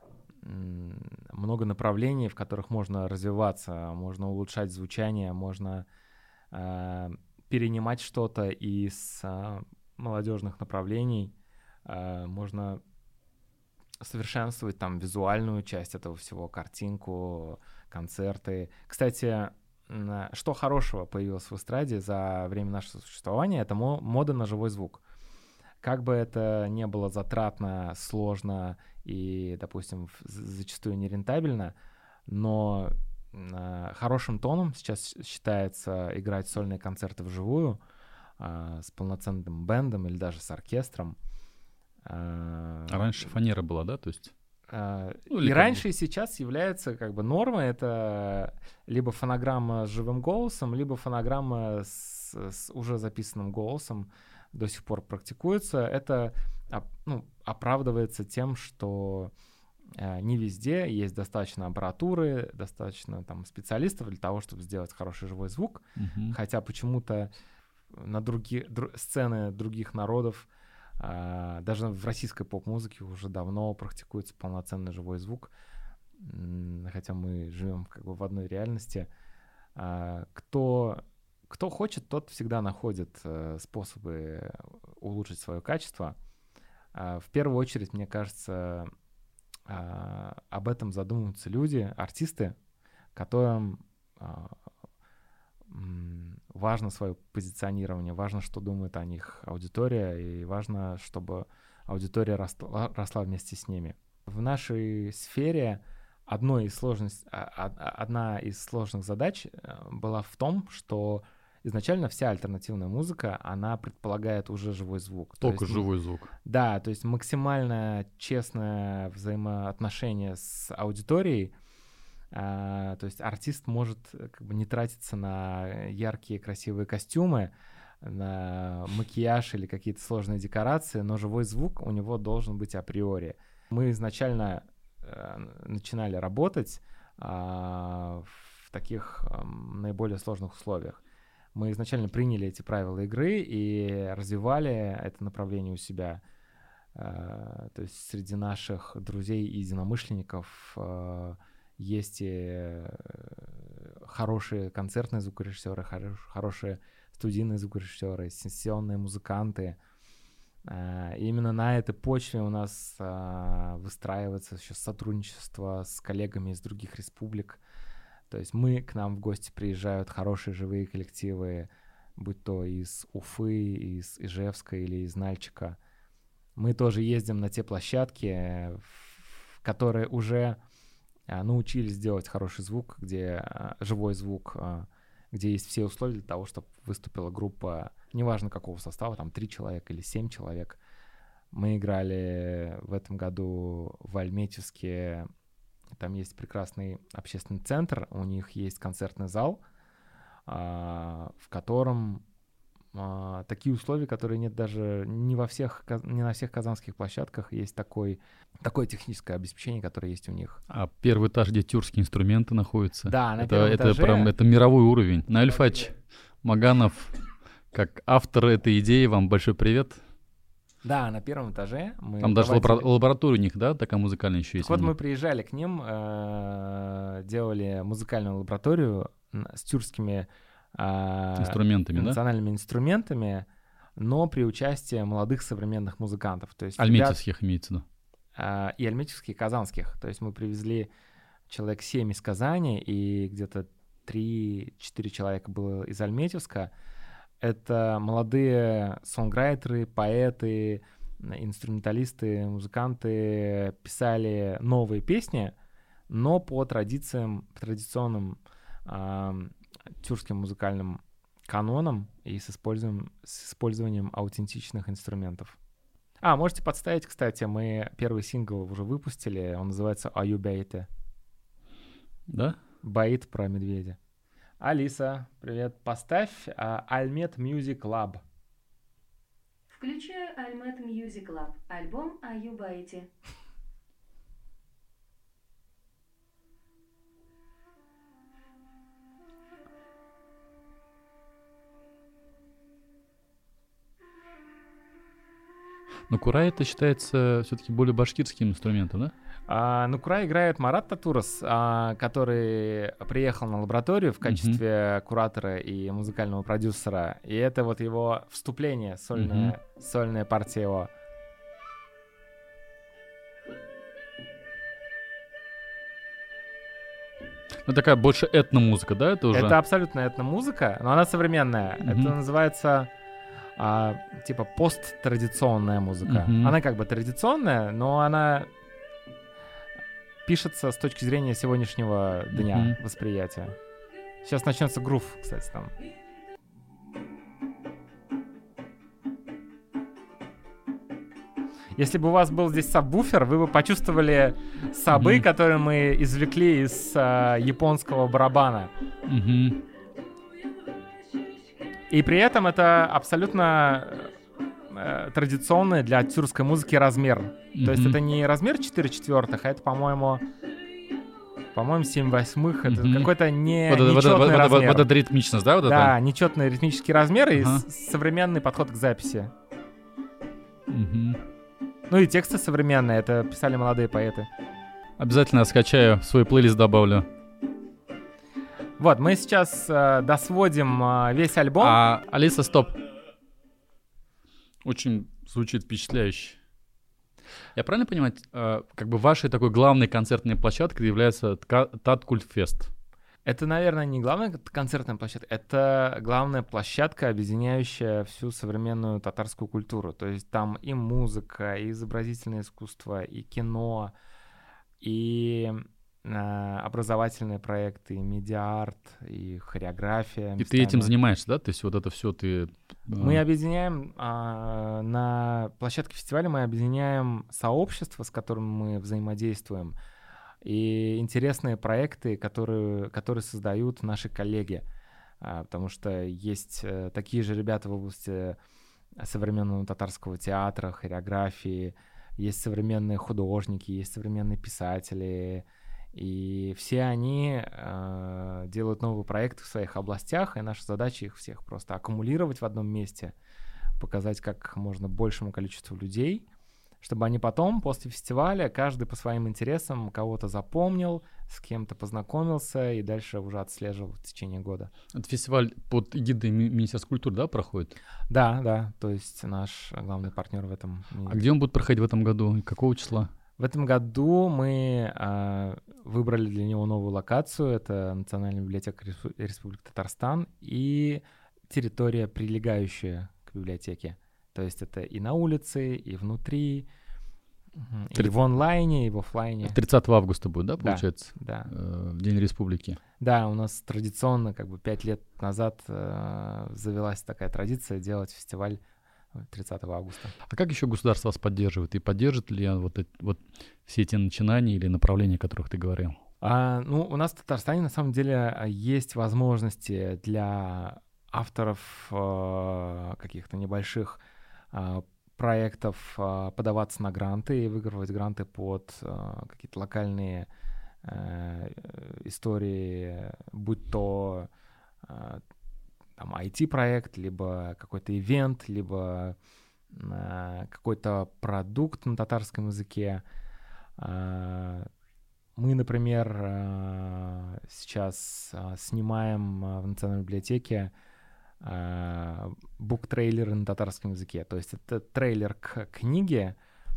много направлений, в которых можно развиваться, можно улучшать звучание, можно э, перенимать что-то из э, молодежных направлений, э, можно совершенствовать там визуальную часть этого всего, картинку, концерты. Кстати, что хорошего появилось в эстраде за время нашего существования, это мода на живой звук. Как бы это ни было затратно, сложно и, допустим, зачастую нерентабельно, но э, хорошим тоном сейчас считается играть сольные концерты вживую э, с полноценным бэндом или даже с оркестром. Э, а раньше фанера была, да? То есть... Uh, ну, и раньше, и сейчас является как бы нормой. Это либо фонограмма с живым голосом, либо фонограмма с, с уже записанным голосом. До сих пор практикуется. Это ну, оправдывается тем, что uh, не везде есть достаточно аппаратуры, достаточно там специалистов для того, чтобы сделать хороший живой звук. Uh-huh. Хотя почему-то на другие дру, сцены других народов, Uh, даже в российской поп-музыке уже давно практикуется полноценный живой звук, mm, хотя мы живем как бы в одной реальности. Uh, кто, кто хочет, тот всегда находит uh, способы улучшить свое качество. Uh, в первую очередь, мне кажется, uh, об этом задумываются люди, артисты, которым uh, важно свое позиционирование, важно, что думает о них аудитория, и важно, чтобы аудитория росла, росла вместе с ними. В нашей сфере одной из сложность, одна из сложных задач была в том, что изначально вся альтернативная музыка, она предполагает уже живой звук. Только есть, живой звук. Да, то есть максимально честное взаимоотношение с аудиторией. Uh, то есть артист может как бы не тратиться на яркие красивые костюмы, на макияж или какие-то сложные декорации, но живой звук у него должен быть априори. Мы изначально э, начинали работать э, в таких э, наиболее сложных условиях. Мы изначально приняли эти правила игры и развивали это направление у себя. Э, то есть среди наших друзей и единомышленников э, есть и хорошие концертные звукорежиссеры, хорош, хорошие студийные звукорежиссеры, сессионные музыканты. И именно на этой почве у нас выстраивается сейчас сотрудничество с коллегами из других республик. То есть мы, к нам в гости приезжают хорошие живые коллективы, будь то из Уфы, из Ижевска или из Нальчика. Мы тоже ездим на те площадки, которые уже научились делать хороший звук, где живой звук, где есть все условия для того, чтобы выступила группа, неважно какого состава, там три человека или семь человек. Мы играли в этом году в Альметьевске, там есть прекрасный общественный центр, у них есть концертный зал, в котором такие условия, которые нет даже не во всех, не на всех казанских площадках, есть такой, такое техническое обеспечение, которое есть у них. А первый этаж, где тюркские инструменты находятся? Да, на это, первом это этаже. Прям, это мировой уровень. Наильфач Маганов, как автор этой идеи, вам большой привет. Да, на первом этаже. Мы Там даже проводили... лабора- лаборатория у них, да, такая музыкальная еще есть? Вот мы приезжали к ним, делали музыкальную лабораторию с тюркскими инструментами, национальными да? инструментами, но при участии молодых современных музыкантов. То есть альметьевских ребят, имеется в виду. А, и альметьевских, и казанских. То есть мы привезли человек семь из Казани, и где-то три-четыре человека было из Альметьевска. Это молодые сонграйтеры, поэты, инструменталисты, музыканты писали новые песни, но по традициям, по традиционным э, тюркским музыкальным канонам и с использованием, с использованием аутентичных инструментов. А, можете подставить, кстати, мы первый сингл уже выпустили, он называется «Аю Бейте». Да? Баит про медведя. Алиса, привет. Поставь uh, Альмет Music Lab. Включаю Альмет Music Lab, альбом «Аю Бейте». Но курай это считается все-таки более башкирским инструментом, да? А, на курай играет Марат Татурас, а, который приехал на лабораторию в качестве mm-hmm. куратора и музыкального продюсера. И это вот его вступление, сольная, mm-hmm. сольная партия его. Ну, такая больше этномузыка, да? Это уже? Это абсолютно этномузыка, но она современная. Mm-hmm. Это называется... А, типа посттрадиционная музыка. Mm-hmm. Она как бы традиционная, но она пишется с точки зрения сегодняшнего дня mm-hmm. восприятия. Сейчас начнется грув, кстати, там. Если бы у вас был здесь сабвуфер, вы бы почувствовали сабы, mm-hmm. которые мы извлекли из а, японского барабана. Mm-hmm. И при этом это абсолютно э, традиционный для тюркской музыки размер. Mm-hmm. То есть это не размер четыре четвертых, а это, по-моему, по-моему, семь восьмых. Это mm-hmm. какой-то не, вот, нечетный вот, размер. Вот, вот, вот эта ритмичность, да? Вот да, это? Нечетный ритмический размер uh-huh. и современный подход к записи. Mm-hmm. Ну и тексты современные, это писали молодые поэты. Обязательно скачаю, в свой плейлист добавлю. Вот, мы сейчас э, досводим э, весь альбом. А, Алиса, стоп. Очень звучит впечатляюще. Я правильно понимаю, э, как бы вашей такой главной концертной площадкой является Таткультфест? Это, наверное, не главная концертная площадка, это главная площадка, объединяющая всю современную татарскую культуру. То есть там и музыка, и изобразительное искусство, и кино, и... образовательные проекты, и медиа-арт, и хореография. И местами. ты этим занимаешься, да? То есть вот это все ты... Мы объединяем, а, на площадке фестиваля мы объединяем сообщества, с которыми мы взаимодействуем, и интересные проекты, которые, которые создают наши коллеги. а, потому что есть э, такие же ребята в области современного татарского театра, хореографии, есть современные художники, есть современные писатели, и все они э, делают новые проекты в своих областях, и наша задача их всех просто аккумулировать в одном месте, показать как можно большему количеству людей, чтобы они потом, после фестиваля, каждый по своим интересам кого-то запомнил, с кем-то познакомился и дальше уже отслеживал в течение года. Это фестиваль под эгидой Ми- Министерства культуры, да, проходит? Да, да, то есть наш главный партнер в этом. А где он будет проходить в этом году? И какого числа? В этом году мы э, выбрали для него новую локацию. Это Национальная библиотека Респу- Республики Татарстан и территория, прилегающая к библиотеке. То есть это и на улице, и внутри, мгм, и Тридцать- в онлайне, и в оффлайне. тридцатого августа будет, да, Да. получается? Да. Э, в День Республики. Да, у нас традиционно, как бы пять лет назад э, завелась такая традиция делать фестиваль тридцатого августа. А как еще государство вас поддерживает? И поддержит ли вот, эти- вот все эти начинания или направления, о которых ты говорил? А, ну, у нас в Татарстане на самом деле а, есть возможности для авторов э, каких-то небольших э, проектов э, подаваться на гранты и выигрывать гранты под э, какие-то локальные э, истории, будь то э, там ай ти-проект, либо какой-то ивент, либо э, какой-то продукт на татарском языке. Э, Мы, например, э, сейчас э, снимаем э, в Национальной библиотеке э, бук-трейлеры на татарском языке. То есть это трейлер к книге,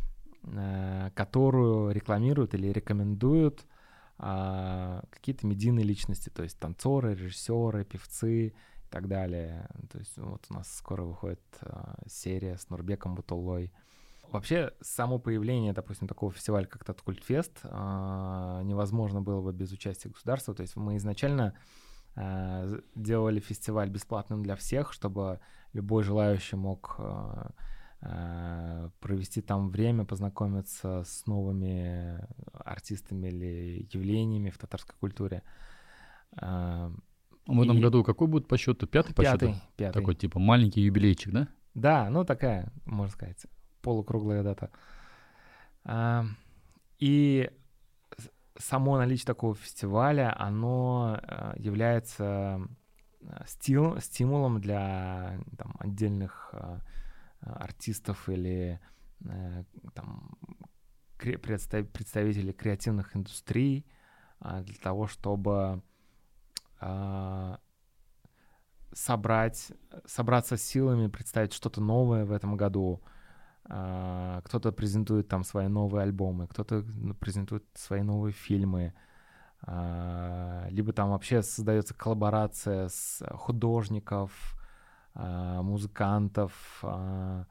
э, которую рекламируют или рекомендуют э, какие-то медийные личности, то есть танцоры, режиссеры, певцы и так далее. То есть вот у нас скоро выходит э, серия с Нурбеком Бутуллой. Вообще, само появление, допустим, такого фестиваля, как Таткультфест, э, невозможно было бы без участия государства. То есть мы изначально э, делали фестиваль бесплатным для всех, чтобы любой желающий мог э, э, провести там время, познакомиться с новыми артистами или явлениями в татарской культуре. Э, В этом И- году какой будет по счету? Пятый по Пятый, счету? пятый. Такой типа маленький юбилейчик, да? Да, ну такая, можно сказать, полукруглая дата. А, И с- само наличие такого фестиваля, оно э, является э, стил- стимулом для там, отдельных э, артистов или э, там, кре- представ- представителей креативных индустрий а, для того, чтобы а, собрать, собраться с силами, представить что-то новое в этом году. А, Кто-то презентует там свои новые альбомы, кто-то ну, презентует свои новые фильмы. А, Либо там вообще создается коллаборация с художников, а, музыкантов, а,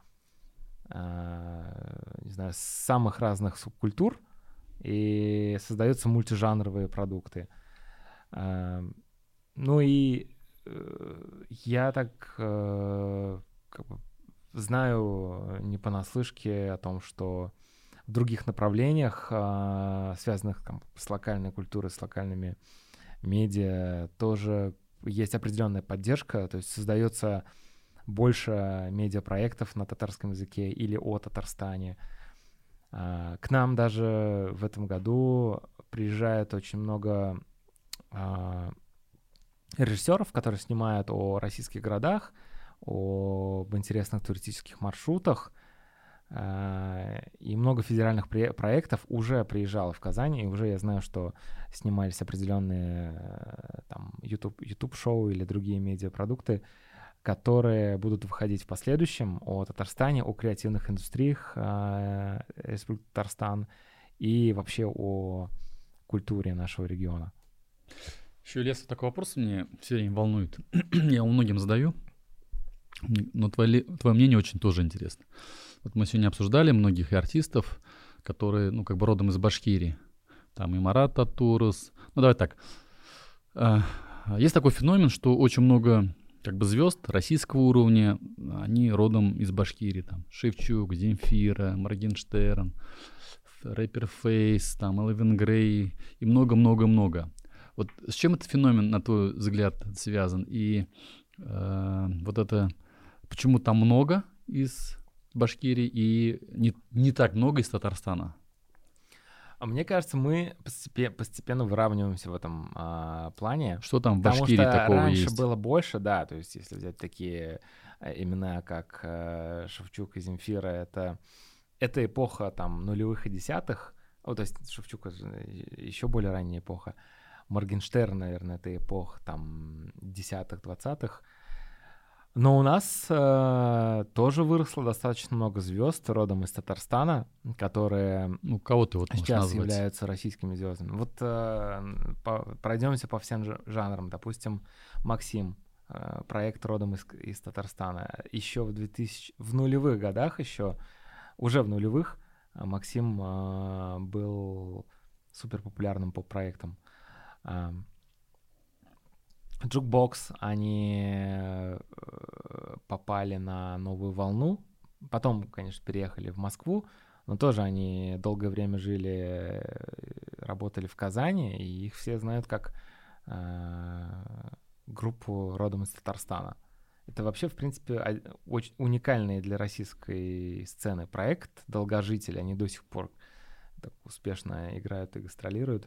а, не знаю, с самых разных субкультур, и создаются мультижанровые продукты. А, Ну и э, я так э, как бы знаю не понаслышке о том, что в других направлениях, а, связанных там, с локальной культурой, с локальными медиа, тоже есть определенная поддержка, то есть создается больше медиапроектов на татарском языке или о Татарстане. А, К нам даже в этом году приезжает очень много а, режиссеров, которые снимают о российских городах, об интересных туристических маршрутах. А, И много федеральных пре- проектов уже приезжало в Казань, и уже я знаю, что снимались определенные э, там YouTube, YouTube-шоу или другие медиапродукты, которые будут выходить в последующем о Татарстане, о креативных индустриях э, Республики Татарстан и вообще о культуре нашего региона. Еще, Лес, такой вопрос мне все время волнует. Я его многим задаю, но твое, твое мнение очень тоже интересно. Вот мы сегодня обсуждали многих и артистов, которые, ну, как бы родом из Башкирии. Там и Марат Татурус. Ну, давай так. А, Есть такой феномен, что очень много как бы звезд российского уровня, они родом из Башкирии. Там Шевчук, Земфира, Моргенштерн, рэпер Фейс, там Элвин Грей и много-много-много. Вот с чем этот феномен, на твой взгляд, связан? И э, вот это, почему там много из Башкирии и не, не так много из Татарстана? А мне кажется, мы постепенно, постепенно выравниваемся в этом а, плане. Что там в Потому Башкирии что такого раньше есть? было больше, да, то есть если взять такие имена, как э, Шевчук и Земфира, это, это эпоха там нулевых и десятых, ну, то есть Шевчук еще более ранняя эпоха, Моргенштерн, наверное, это эпоха там десятых, двадцатых. Но у нас э, тоже выросло достаточно много звезд родом из Татарстана, которые Ну, кого ты вот можешь сейчас назвать? являются российскими звездами. Вот э, по, пройдемся по всем ж- жанрам. Допустим, Максим, э, проект родом из, из Татарстана. Еще в, двухтысячных, в нулевых годах еще, уже в нулевых, э, Максим э, был суперпопулярным поп-проектом. Э, Jukebox, они э, попали на новую волну. Потом, конечно, переехали в Москву, но тоже они долгое время жили, работали в Казани, и их все знают как э, группу родом из Татарстана. Это вообще, в принципе, очень уникальный для российской сцены проект «Долгожители». Они до сих пор так успешно играют и гастролируют.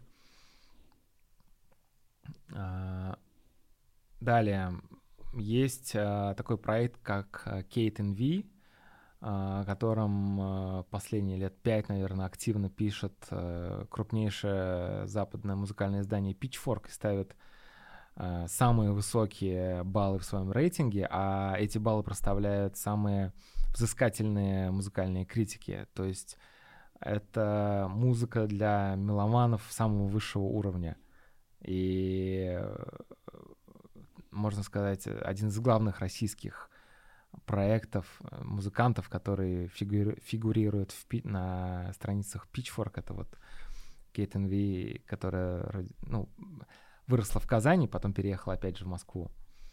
Далее есть а, такой проект, как Kate and V, а, о котором а, последние лет пять, наверное, активно пишет а, крупнейшее западное музыкальное издание Pitchfork и ставит а, самые высокие баллы в своем рейтинге, а эти баллы проставляют самые взыскательные музыкальные критики. То есть это музыка для меломанов самого высшего уровня. И... можно сказать, один из главных российских проектов, музыкантов, которые фигури- фигурируют в пи- на страницах Pitchfork. Это вот Kate and V, которая ну, выросла в Казани, потом переехала опять же в Москву.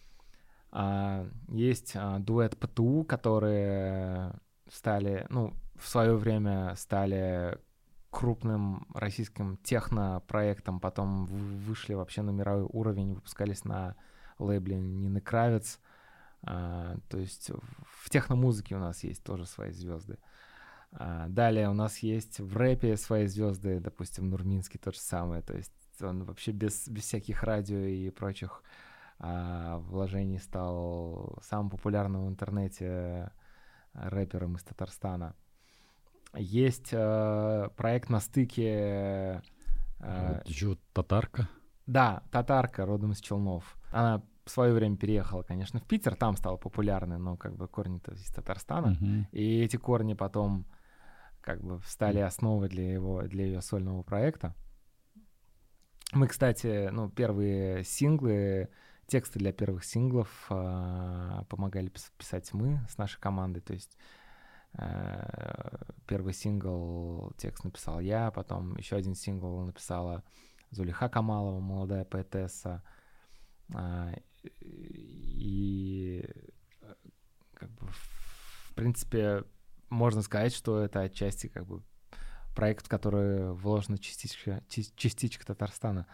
А, есть а, дуэт ПТУ, которые стали, ну, в свое время стали крупным российским техно-проектом, потом вышли вообще на мировой уровень, выпускались на лейбле Нины Кравец. А, то есть в техномузыке у нас есть тоже свои звезды. А, далее у нас есть в рэпе свои звезды, допустим, Нурминский тот же самый. То есть он вообще без, без всяких радио и прочих а, вложений стал самым популярным в интернете рэпером из Татарстана. Есть а, проект на стыке... А, Чё, татарка? Да, татарка, родом из Челнов. Она в свое время переехала, конечно, в Питер, там стала популярной, но как бы корни-то из Татарстана. Uh-huh. И эти корни потом как бы стали основой для его, для ее сольного проекта. Мы, кстати, ну, первые синглы, тексты для первых синглов э, помогали писать мы с нашей командой. То есть э, первый сингл текст написал я, потом еще один сингл написала Зулиха Камалова, молодая поэтесса. И как бы, в принципе, можно сказать, что это отчасти как бы проект, в который вложена частичка, частичка Татарстана.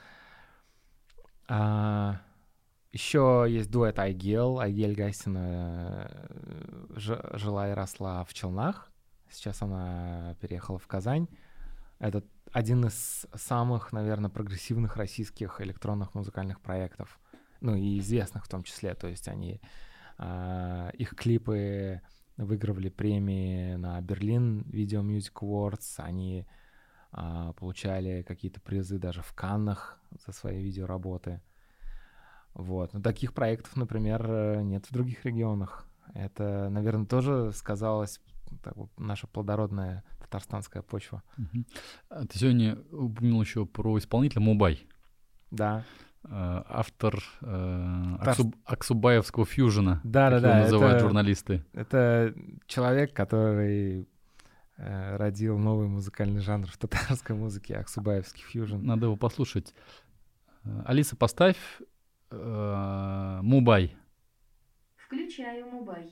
А, еще есть дуэт Айгел. Айгель Гайсина жила и росла в Челнах. Сейчас она переехала в Казань. Это один из самых, наверное, прогрессивных российских электронных музыкальных проектов. Ну и известных в том числе. То есть они, э, их клипы выигрывали премии на Berlin Video Music Awards. Они э, получали какие-то призы даже в Каннах за свои видеоработы. Вот. Но таких проектов, например, нет в других регионах. Это, наверное, тоже сказалось так вот, наша плодородная татарстанская почва. Uh-huh. Ты сегодня упомянул еще про исполнителя Мубай. Да. Uh, автор uh, Аксуб... Аксубаевского фьюжена, да, как да, его да, называют это, журналисты. Это человек, который э, родил новый музыкальный жанр в татарской музыке, аксубаевский фьюжн. Надо его послушать. Uh, Алиса, поставь uh, Мубай. Включаю Мубай.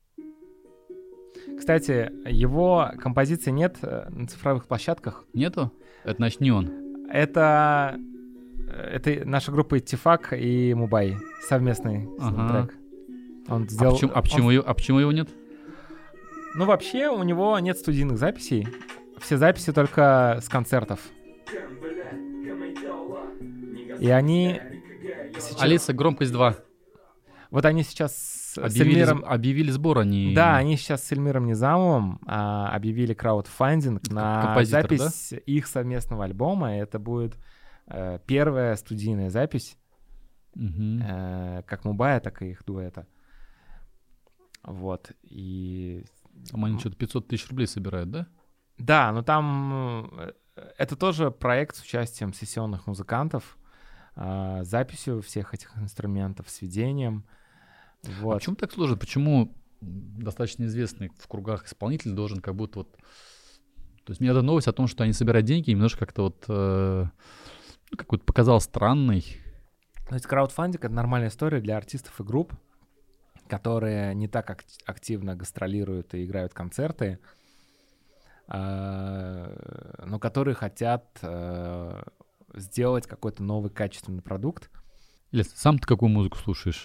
Кстати, его композиции нет на цифровых площадках. Нету? Это значит не он. Это это наша группа Иттифак и Мубай. Совместный Ага. трек. Он сделал... А почему, а, он- почему, его- а почему его нет? Ну, вообще, у него нет студийных записей. Все записи только с концертов. И они... сейчас- Алиса, громкость два. Вот они сейчас с Объявили, Эльмиром... сб- объявили сбор, они... Да, они сейчас с Эльмиром Низамовым а, объявили краудфандинг на композитор, запись их совместного альбома. И это будет э, первая студийная запись, Мгм. э, как Мубая, так и их дуэта. Вот. И Там они что-то пятьсот тысяч рублей собирают, да? да, но там э, это тоже проект с участием сессионных музыкантов, э, записью всех этих инструментов, сведением. А Вот. почему так сложно? Почему достаточно известный в кругах исполнитель должен как будто вот... То есть мне эта новость о том, что они собирают деньги, немножко как-то вот... э, ну, как вот показалось странной. То есть краудфандинг — это нормальная история для артистов и групп, которые не так ак- активно гастролируют и играют концерты, а, но которые хотят э, сделать какой-то новый качественный продукт. Лес, сам ты какую музыку слушаешь?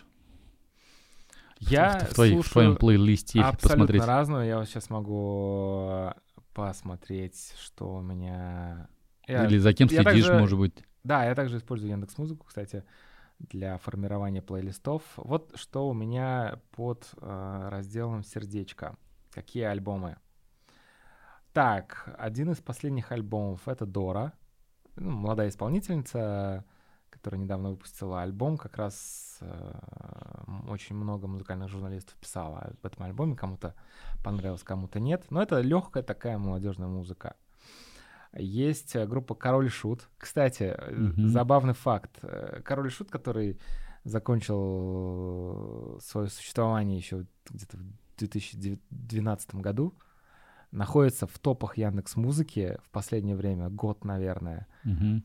Я в, твоей- в слушаю твоем плейлисте, если абсолютно посмотреть. разную. Я вот сейчас могу посмотреть, что у меня... Я- Или за кем я следишь, также- может быть. Да, я также использую Яндекс.Музыку, кстати, для формирования плейлистов. Вот что у меня под э, разделом «Сердечко». Какие альбомы? Так, один из последних альбомов — это Дора, ну, молодая исполнительница, которая недавно выпустила альбом. Как раз э, м, очень много музыкальных журналистов писало об этом альбоме. Кому-то понравилось, кому-то нет. Но это легкая такая молодежная музыка. Есть э, группа «Король и Шут». Кстати, э, Мгм. забавный факт. Э, «Король и Шут», который закончил свое существование еще где-то в две тысячи двенадцатом году, находится в топах Яндекс.Музыки в последнее время, год, наверное. Мгм.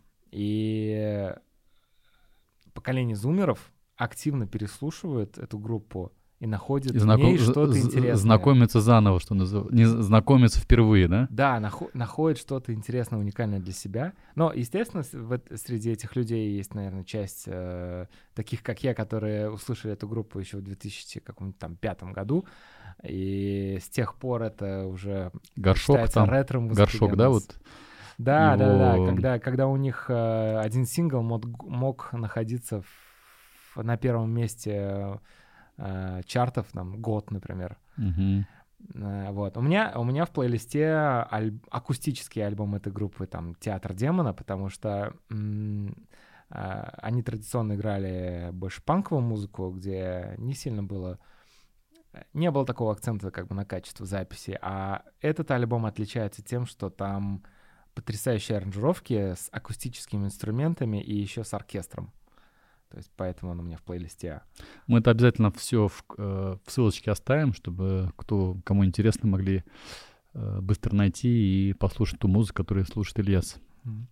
И поколение зумеров активно переслушивает эту группу и находит И в знаком- ней з- что-то з- интересное. Знакомиться заново, что называется. Не з- знакомиться впервые, да? Да, нахо- находит что-то интересное, уникальное для себя. Но, естественно, с- в эт- среди этих людей есть, наверное, часть э, таких, как я, которые услышали эту группу еще в две тысячи пятом году. И с тех пор это уже Горшок считается там. ретро-музыкой Горшок, да, Яндекс. вот? Да, да, да. его- Когда, когда у них э, один сингл мог, мог находиться в- на первом месте э, чартов, там, год, например. Мгм. Э, Вот. У меня, у меня в плейлисте аль- акустический альбом этой группы, там, «Театр демона», потому что м, э, они традиционно играли больше панковую музыку, где не сильно было... Не было такого акцента как бы на качество записи, а этот альбом отличается тем, что там потрясающие аранжировки с акустическими инструментами и еще с оркестром. То есть поэтому он у меня в плейлисте. Мы это обязательно все в, э, в ссылочке оставим, чтобы кто, кому интересно, могли э, быстро найти и послушать ту музыку, которую слушает Ильяс. Мгм.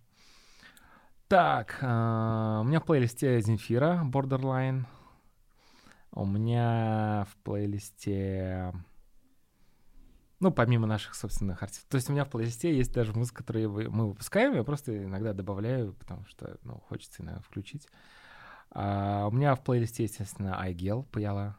Так, а, у меня в плейлисте Земфира, Borderline. У меня в плейлисте... Ну, помимо наших собственных артистов. То есть у меня в плейлисте есть даже музыка, которую вы- мы выпускаем, я просто иногда добавляю, потому что, ну, хочется иногда включить. А, у меня в плейлисте, естественно, Айгел Паяла,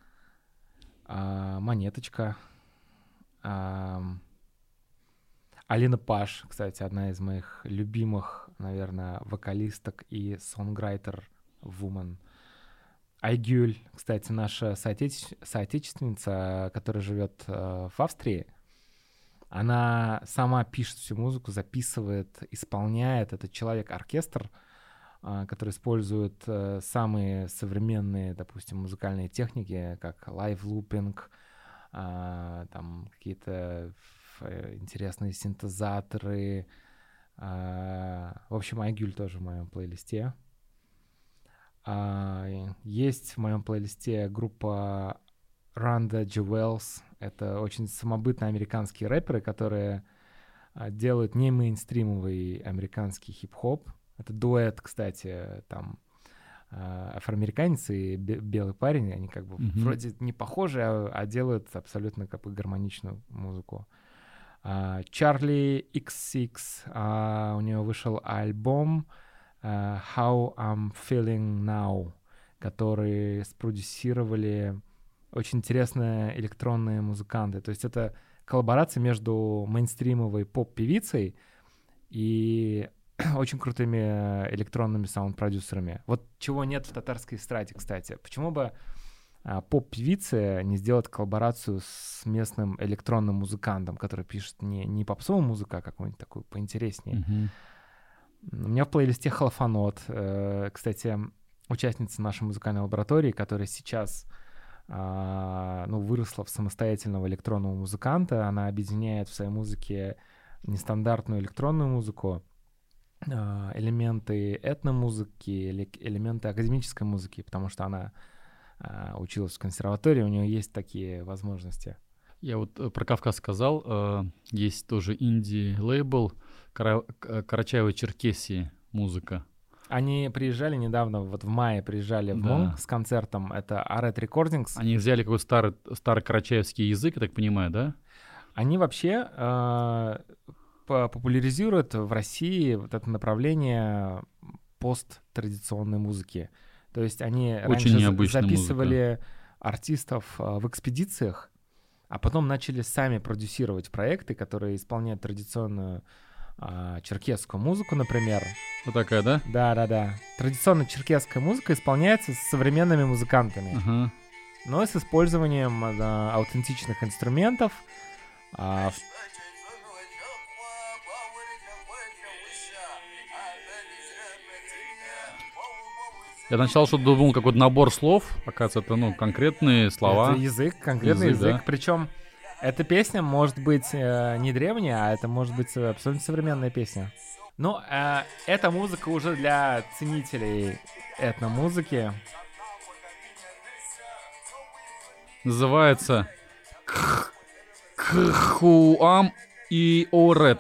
а, Монеточка, ам, Алина Паш, кстати, одна из моих любимых, наверное, вокалисток и сонграйтер-вумен. Айгюль, кстати, наша соотече- соотечественница, которая живет э, в Австрии, она сама пишет всю музыку, записывает, исполняет. Это человек-оркестр, э, который использует э, самые современные, допустим, музыкальные техники, как лайв-лупинг, э, там какие-то э, интересные синтезаторы. Э, в общем, Айгюль тоже в моем плейлисте. А, есть в моем плейлисте группа Randa Jewels. Это очень самобытные американские рэперы, которые а, делают не мейнстримовый американский хип-хоп. Это дуэт, кстати, там а, афроамериканец и бе- белый парень. Они как бы Мгм. вроде не похожи, а, а делают абсолютно как бы гармоничную музыку. А, Charlie икс сикс, а, у него вышел альбом uh, How I'm Feeling Now, который спродюсировали очень интересные электронные музыканты. То есть это коллаборация между мейнстримовой поп-певицей и очень крутыми электронными саунд-продюсерами. Вот чего нет в татарской эстраде, кстати. Почему бы а, поп-певице не сделать коллаборацию с местным электронным музыкантом, который пишет не, не попсовую музыку, а какую-нибудь такую поинтереснее? Мгм. У меня в плейлисте Халфанот. Э, Кстати, участница нашей музыкальной лаборатории, которая сейчас а, ну, выросла в самостоятельного электронного музыканта. Она объединяет в своей музыке нестандартную электронную музыку, а, элементы этномузыки, эле- элементы академической музыки, потому что она а, училась в консерватории, у нее есть такие возможности. Я вот э, про Кавказ сказал, э, есть тоже инди-лейбл Кара- К- Карачаево-Черкесии музыка. Они приезжали недавно, вот в мае приезжали в Да. МОН с концертом, это Aret Recordings. Они взяли какой-то старый, старый карачаевский язык, я так понимаю, да? Они вообще э, по- популяризируют в России вот это направление посттрадиционной музыки. То есть они Очень раньше за- необычная записывали артистов э, в экспедициях, а потом начали сами продюсировать проекты, которые исполняют традиционную э, черкесскую музыку, например. Вот такая, да? Да-да-да. Традиционная черкесская музыка исполняется с современными музыкантами, Ага. но с использованием э, аутентичных инструментов. А, в- Я сначала что-то думал, какой-то набор слов, оказывается, это, ну, конкретные слова. Это язык, конкретный Язык, язык. да. Причем эта песня может быть э, не древняя, а это может быть э, абсолютно современная песня. Ну, э, эта музыка уже для ценителей этномузыки. Называется Кх- Кхуам и Орет.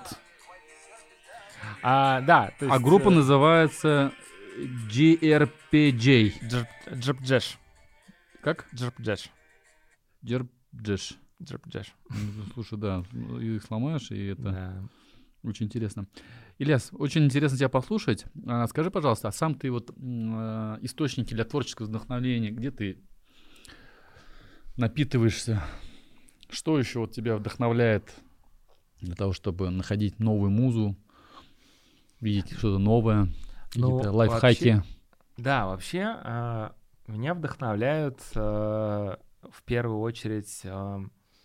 А, да, то есть, А группа э, называется джи ар пи джей. Джерп- Джерпджеш. Как? Джерпджеш. Джербджеш. Джерпджеш. Ну, слушай, да, ну, язык сломаешь, и это Да. очень интересно. Ильяс, очень интересно тебя послушать. А, скажи, пожалуйста, а сам ты вот м, э, источники для творческого вдохновения, где ты напитываешься? Что еще вот тебя вдохновляет для того, чтобы находить новую музу, видеть что-то новое, Ну, какие-то лайфхаки? вообще- Да, вообще э, меня вдохновляют э, в первую очередь э,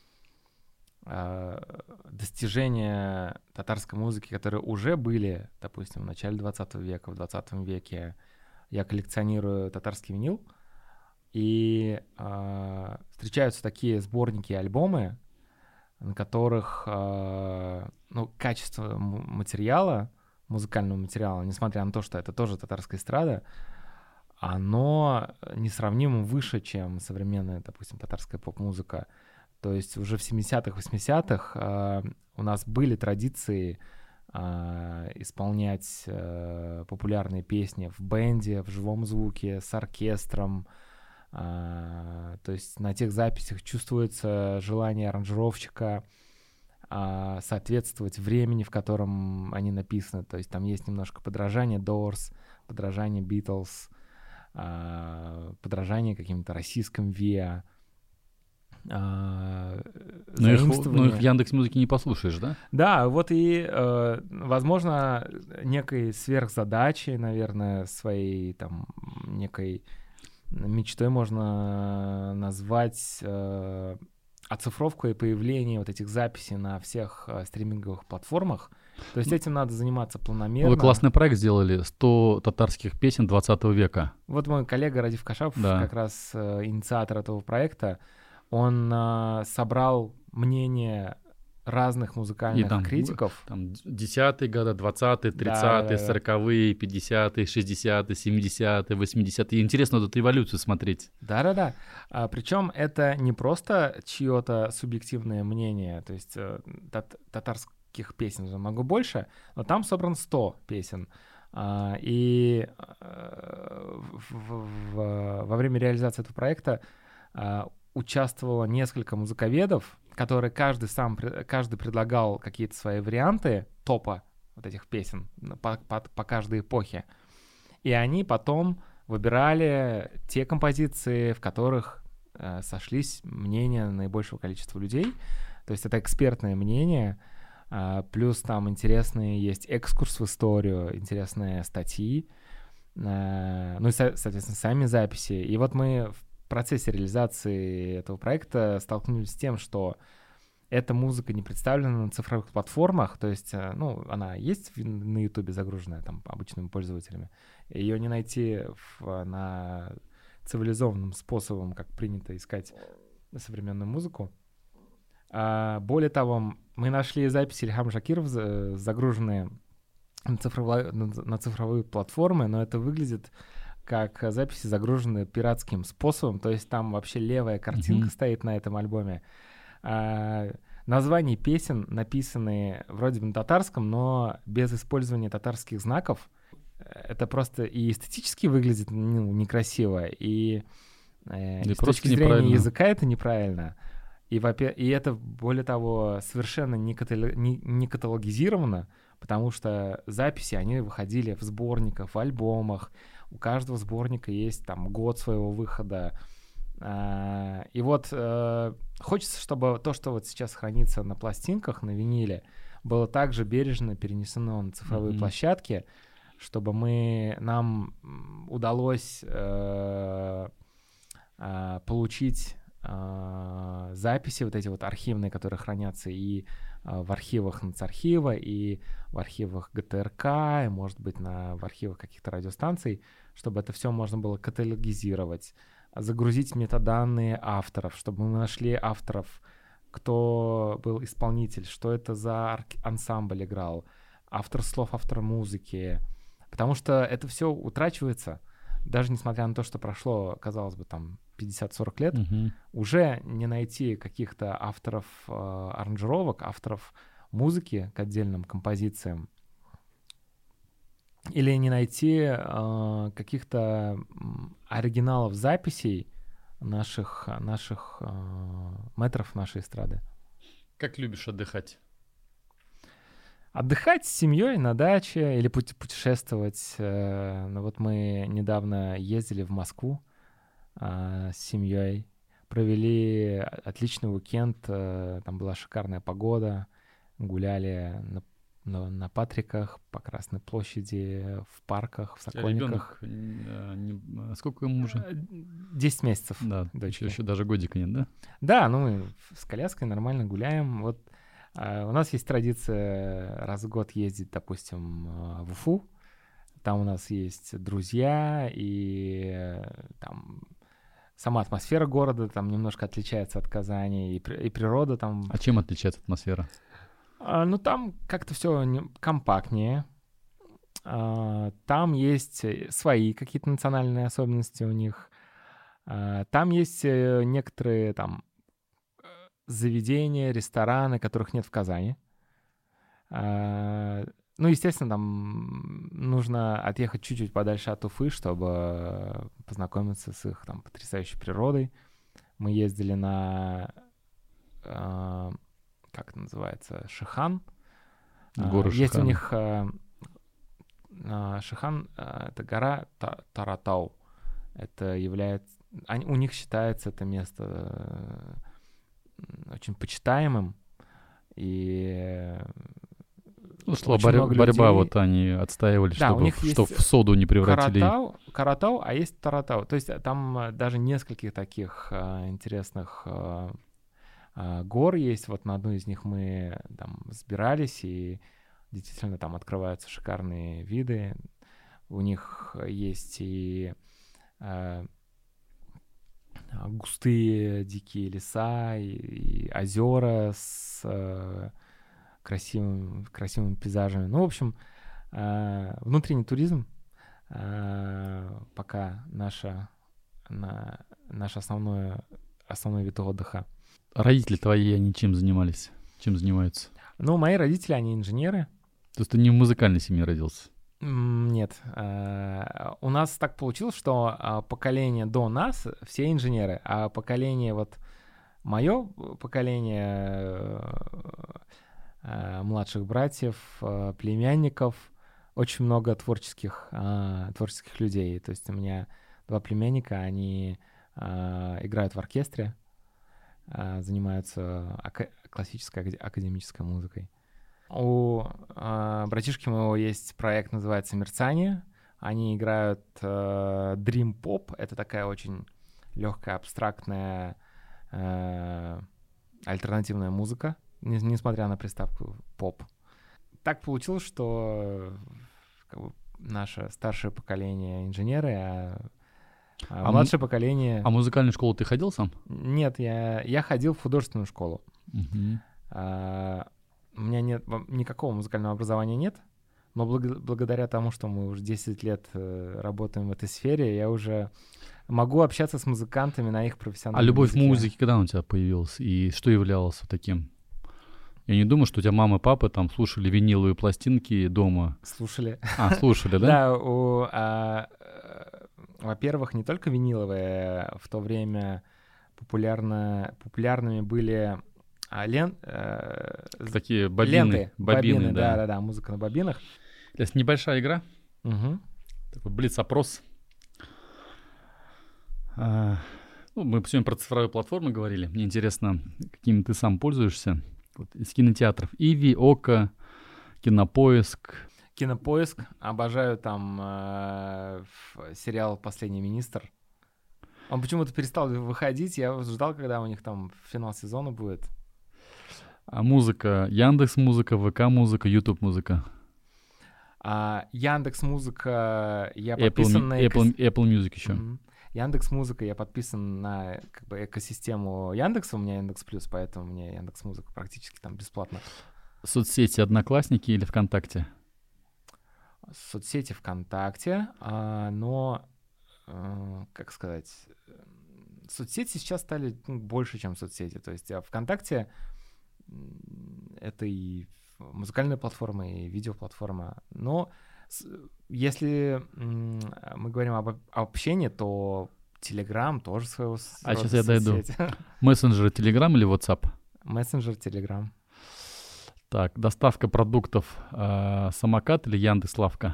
э, достижения татарской музыки, которые уже были, допустим, в начале двадцатого века, в двадцатом веке. Я коллекционирую татарский винил, и э, встречаются такие сборники и альбомы, на которых э, ну, качество м- материала, музыкального материала, несмотря на то, что это тоже татарская эстрада, оно несравнимо выше, чем современная, допустим, татарская поп-музыка. То есть уже в семидесятых, восьмидесятых э, у нас были традиции э, исполнять э, популярные песни в бенде, в живом звуке, с оркестром. Э, то есть на тех записях чувствуется желание аранжировщика э, соответствовать времени, в котором они написаны. То есть там есть немножко подражание Doors, подражание Beatles, э, подражание каким-то российским Виа. А, Ну их, ну заимствование. их в Яндекс.Музыке не послушаешь, да? Да, вот и, э, возможно, некой сверхзадачей, наверное, своей там некой мечтой можно назвать э, оцифровку и появление вот этих записей на всех э, стриминговых платформах. То есть этим надо заниматься планомерно. Вы классный проект сделали, сто татарских песен двадцатого века. Вот мой коллега Радив Кашапов, Да. как раз э, инициатор этого проекта, он э, собрал мнение разных музыкальных И там, критиков. Там десятые годы, двадцатые, Да, тридцатые, да, да. сороковые, пятидесятые, шестидесятые, семидесятые, восьмидесятые. Интересно вот эту эволюцию смотреть. Да-да-да. А, причем это не просто чье-то субъективное мнение, то есть э, тат- татарских песен уже много больше, но там собрано сто песен. А, и э, в- в- в- во время реализации этого проекта а, участвовало несколько музыковедов, которые каждый сам, пре- каждый предлагал какие-то свои варианты топа вот этих песен по, по- по каждой эпохе. И они потом выбирали те композиции, в которых э, сошлись мнения наибольшего количества людей. То есть это экспертное мнение, э, плюс там интересные есть экскурс в историю, интересные статьи, э, ну и, со- соответственно, сами записи. И вот мы в процессе реализации этого проекта столкнулись с тем, что эта музыка не представлена на цифровых платформах, то есть, ну, она есть на Ютубе загруженная там обычными пользователями, ее не найти в, на цивилизованным способом, как принято искать современную музыку. А, более того, мы нашли записи Ильхама Шакирова, загруженные на цифровые, на цифровые платформы, но это выглядит как записи, загруженные пиратским способом, то есть там вообще левая картинка mm-hmm. стоит на этом альбоме. А, названия песен написаны вроде бы на татарском, но без использования татарских знаков. Это просто и эстетически выглядит, ну, некрасиво, и, э, и с точки зрения языка это неправильно. И, и это, более того, совершенно не, каталог, не, не каталогизировано, потому что записи, они выходили в сборниках, в альбомах. У каждого сборника есть там год своего выхода. И вот э, хочется, чтобы то, что вот сейчас хранится на пластинках, на виниле, было также бережно перенесено на цифровые mm-hmm. площадки, чтобы мы, нам удалось э, э, получить э, записи вот эти вот архивные, которые хранятся и э, в архивах Нацархива, и в архивах ГТРК, и, может быть, на, в архивах каких-то радиостанций, чтобы это все можно было каталогизировать, загрузить метаданные авторов, чтобы мы нашли авторов, кто был исполнитель, что это за ансамбль играл, автор слов, автор музыки. Потому что это все утрачивается, даже несмотря на то, что прошло, казалось бы, там пятьдесят-сорок лет, mm-hmm. уже не найти каких-то авторов э, аранжировок, авторов музыки к отдельным композициям, или не найти э, каких-то оригиналов записей наших, наших э, мэтров нашей эстрады. Как любишь отдыхать? Отдыхать с семьей на даче или путешествовать. Э, ну вот мы недавно ездили в Москву э, с семьей, провели отличный уикенд, э, там была шикарная погода, гуляли на Но на Патриках, по Красной площади, в парках, в Сокольниках. А ребенок, не, сколько ему уже? Десять месяцев. Да, еще, еще даже годика нет, да? Да, ну мы с коляской нормально гуляем. Вот а, у нас есть традиция раз в год ездить, допустим, в Уфу. Там у нас есть друзья, и там сама атмосфера города там немножко отличается от Казани, и, и природа там... А чем отличается атмосфера? А, ну, там как-то все компактнее. А, там есть свои какие-то национальные особенности у них. А, там есть некоторые там заведения, рестораны, которых нет в Казани. А, ну, естественно, там нужно отъехать чуть-чуть подальше от Уфы, чтобы познакомиться с их там потрясающей природой. Мы ездили на... А, как это называется, Шихан. Горы uh, Есть Шихан. у них uh, uh, Шихан, uh, это гора Та- Таратау. Это является... Они, у них считается это место uh, очень почитаемым. И... Ну, что борь- борьба, людей... вот они отстаивали, да, чтобы в, что в соду не превратили. Каратау, Каратау, а есть Таратау. То есть там даже нескольких таких uh, интересных... Uh, гор есть, вот на одну из них мы там сбирались, и действительно там открываются шикарные виды. У них есть и э, густые дикие леса, и, и озера с э, красивым, красивыми пейзажами. Ну, в общем, э, внутренний туризм э, пока наша, на, наш основной, основной вид отдыха. Родители твои, они чем занимались? Чем занимаются? Ну, мои родители, они инженеры. То есть ты не в музыкальной семье родился? Нет. У нас так получилось, что поколение до нас все инженеры, а поколение вот мое поколение младших братьев, племянников, очень много творческих, а, творческих людей. То есть у меня два племянника, они а, играют в оркестре, а, занимаются ака- классической акад- академической музыкой. У а, братишки моего есть проект, называется «Мерцание». Они играют а, Dream Pop. Это такая очень легкая, абстрактная, а, альтернативная музыка, не- несмотря на приставку «поп». Так получилось, что как бы, наше старшее поколение инженеры, а, а А младшее поколение... А в музыкальную школу ты ходил сам? Нет, я, я ходил в художественную школу. Мгм. А, у меня нет во- никакого музыкального образования нет, но благ- благодаря тому, что мы уже десять лет э, работаем в этой сфере, я уже могу общаться с музыкантами на их А профессиональном любовь к языке. музыке когда она у тебя появилась? И что являлось вот таким? Я не думаю, что у тебя мама и папа там слушали виниловые пластинки дома. Слушали. А, слушали, да? Да, у, а, э, во-первых, не только виниловые, в то время популярно, популярными были а, лен, э, з- Такие бобины. ленты, Бобины, да. да-да-да, музыка на бобинах. Это небольшая игра. Мгм. Такой блиц-опрос. А, ну, мы сегодня про цифровые платформы говорили. Мне интересно, какими ты сам пользуешься. Вот из кинотеатров. Иви, Ока, Кинопоиск. Кинопоиск, обожаю там э, ф- сериал «Последний министр». Он почему-то перестал выходить, я вот ждал, когда у них там финал сезона будет. А музыка. Яндекс Музыка, ВК Музыка, Ютуб Музыка. А Яндекс Музыка я Apple, подписан Mu- на Apple, Apple Music еще. Яндекс Музыка я подписан на как бы экосистему Яндекса, у меня Яндекс Плюс, поэтому мне Яндекс Музыка практически там бесплатно. Соцсети Одноклассники или ВКонтакте? Соцсети ВКонтакте, а, но э, как сказать, э, соцсети сейчас стали ну, больше, чем соцсети. То есть а ВКонтакте м, это и музыкальная платформа, и видеоплатформа. Но с- если м, мы говорим об, об общении, то Telegram тоже своего с- А рода сейчас я дойду. соцсеть. Мессенджеры Telegram или WhatsApp? Мессенджер, Telegram. Так, доставка продуктов э, самокат или Яндекс.Лавка?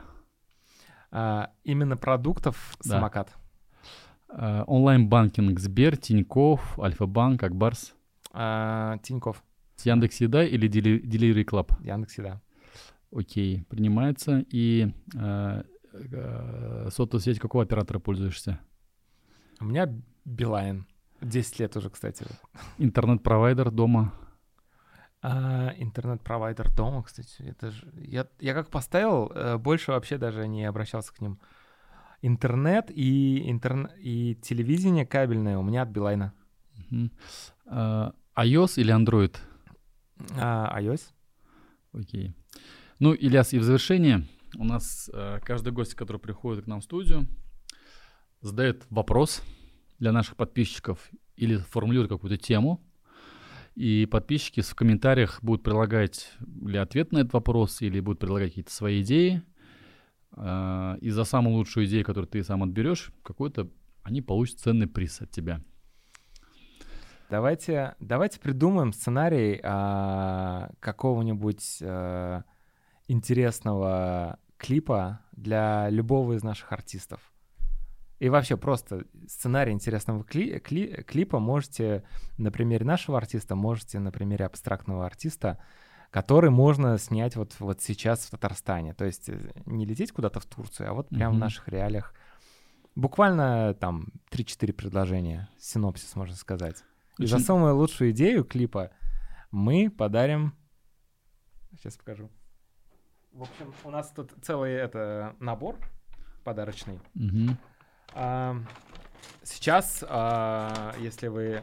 А, именно продуктов Да. самокат. Э, онлайн-банкинг Сбер, Тинькофф, Альфа-банк, Акбарс. А, Тинькофф, Яндекс.Еда или Deli- Delivery Club? Яндекс.Еда. Окей, принимается. И э, э, сотовую сеть какого оператора пользуешься? У меня Билайн. десять лет уже, кстати. Интернет-провайдер дома? А, интернет-провайдер дома, кстати. Это же... я, я как поставил, э, больше вообще даже не обращался к ним. Интернет и, интерн... и телевидение кабельное у меня от Билайна. Мгм. Э, iOS или Android? А, iOS? Окей. Ну, Ильяс, и в завершение у нас э, каждый гость, который приходит к нам в студию, задает вопрос для наших подписчиков или формулирует какую-то тему, и подписчики в комментариях будут предлагать или ответ на этот вопрос, или будут предлагать какие-то свои идеи, э, и за самую лучшую идею, которую ты сам отберешь, какой-то они получат ценный приз от тебя. Давайте, давайте придумаем сценарий а, какого-нибудь а, интересного клипа для любого из наших артистов. И вообще просто сценарий интересного кли- кли- клипа можете на примере нашего артиста, можете на примере абстрактного артиста, который можно снять вот, вот сейчас в Татарстане. То есть э, не лететь куда-то в Турцию, а вот прямо в Мгм. наших реалиях. Буквально там три-четыре предложения, синопсис, можно сказать. И за Очень- самую лучшую идею клипа мы подарим... Сейчас покажу. В общем, у нас тут целый это набор подарочный. Мгм. А, Сейчас, а, если вы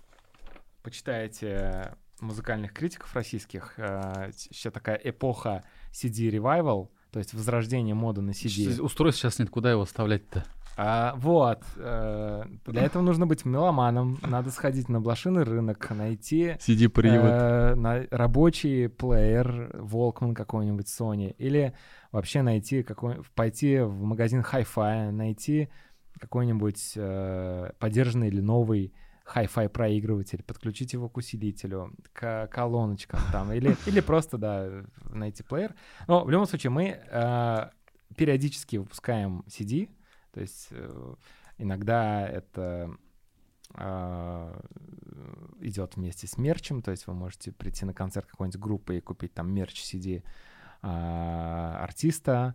почитаете музыкальных критиков российских, а, сейчас такая эпоха си ди Revival, то есть возрождение моды на си ди. Ш- Устройство сейчас нет, куда его вставлять-то? А, вот. э, Для этого нужно быть меломаном. Надо сходить на блошиный рынок, найти си ди-привод. э, на рабочий плеер Walkman какой-нибудь Sony. Или вообще найти какой пойти в магазин Hi-Fi, найти какой-нибудь э, подержанный или новый хай-фай проигрыватель, подключить его к усилителю, к колоночкам там, или, или просто, да, найти плеер. Но в любом случае мы э, периодически выпускаем си ди, то есть э, иногда это э, идет вместе с мерчем, то есть вы можете прийти на концерт какой-нибудь группы и купить там мерч си ди э, артиста.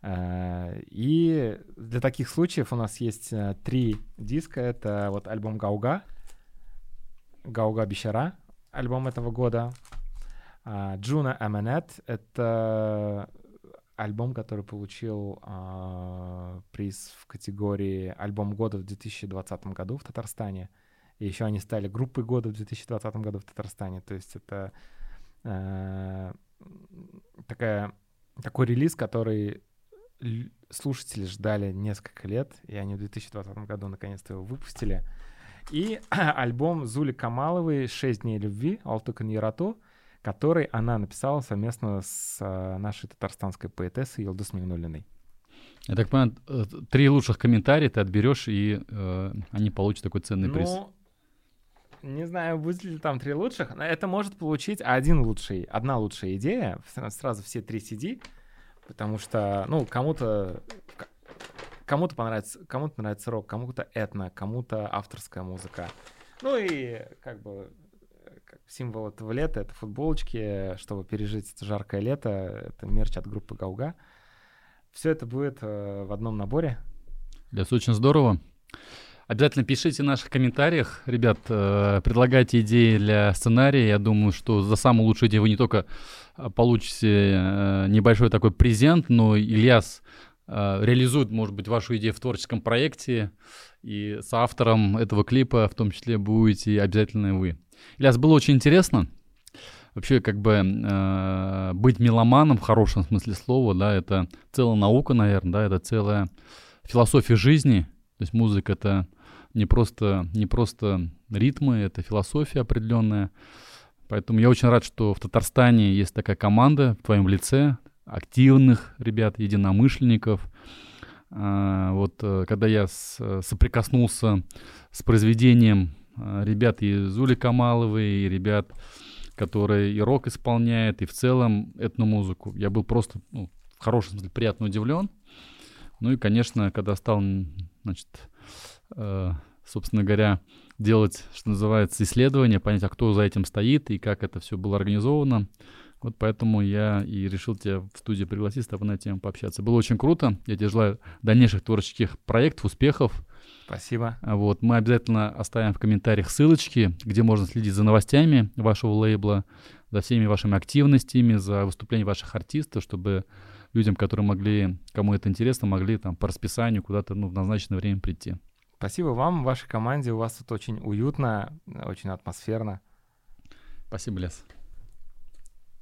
И для таких случаев у нас есть три диска. Это вот альбом Гауга, Гауга Бишара, альбом этого года. Джуна Аманет — это альбом, который получил а, приз в категории «Альбом года» в две тысячи двадцатом году в Татарстане. И еще они стали группой года в две тысячи двадцатом году в Татарстане. То есть это а, такая, такой релиз, который слушатели ждали несколько лет, и они в две тысячи двадцатом году наконец-то его выпустили. И альбом Зули Камаловой «Шесть дней любви», «Алтыкан Ярату», который она написала совместно с нашей татарстанской поэтессой Йылдыз Миңнуллиной. Я так понимаю, три лучших комментария ты отберешь, и э, они получат такой ценный приз. Ну, не знаю, будет ли там три лучших. Это может получить один лучший, одна лучшая идея, сразу все три си ди, потому что, ну, кому-то кому-то понравится, кому-то нравится рок, кому-то этно, кому-то авторская музыка. Ну и как бы как символ этого лета — это футболочки, чтобы пережить это жаркое лето, это мерч от группы Гауга. Все это будет э, в одном наборе. Это очень здорово. Обязательно пишите в наших комментариях, ребят, э, предлагайте идеи для сценария. Я думаю, что за самую лучшую идею вы не только получите э, небольшой такой презент, но Ильяс э, реализует, может быть, вашу идею в творческом проекте, и соавтором этого клипа в том числе будете обязательно вы. Ильяс, было очень интересно. Вообще, как бы э, быть меломаном в хорошем смысле слова, да, это целая наука, наверное, да, это целая философия жизни. То есть музыка — это не просто, не просто ритмы, это философия определенная. Поэтому я очень рад, что в Татарстане есть такая команда в твоем лице, активных ребят, единомышленников. А, вот когда я с, соприкоснулся с произведением ребят и Зули Камаловой, и ребят, которые и рок исполняют, и в целом этномузыку, я был просто, ну, в хорошем смысле приятно удивлен. Ну и, конечно, когда стал, значит, э, собственно говоря, делать, что называется, исследования, понять, а кто за этим стоит и как это все было организовано. Вот поэтому я и решил тебя в студию пригласить, с тобой на тему пообщаться. Было очень круто. Я тебе желаю дальнейших творческих проектов, успехов. Спасибо. Вот. Мы обязательно оставим в комментариях ссылочки, где можно следить за новостями вашего лейбла, за всеми вашими активностями, за выступлением ваших артистов, чтобы людям, которые могли, кому это интересно, могли там по расписанию куда-то, ну, в назначенное время прийти. Спасибо вам, вашей команде. У вас тут очень уютно, очень атмосферно. Спасибо, Лес.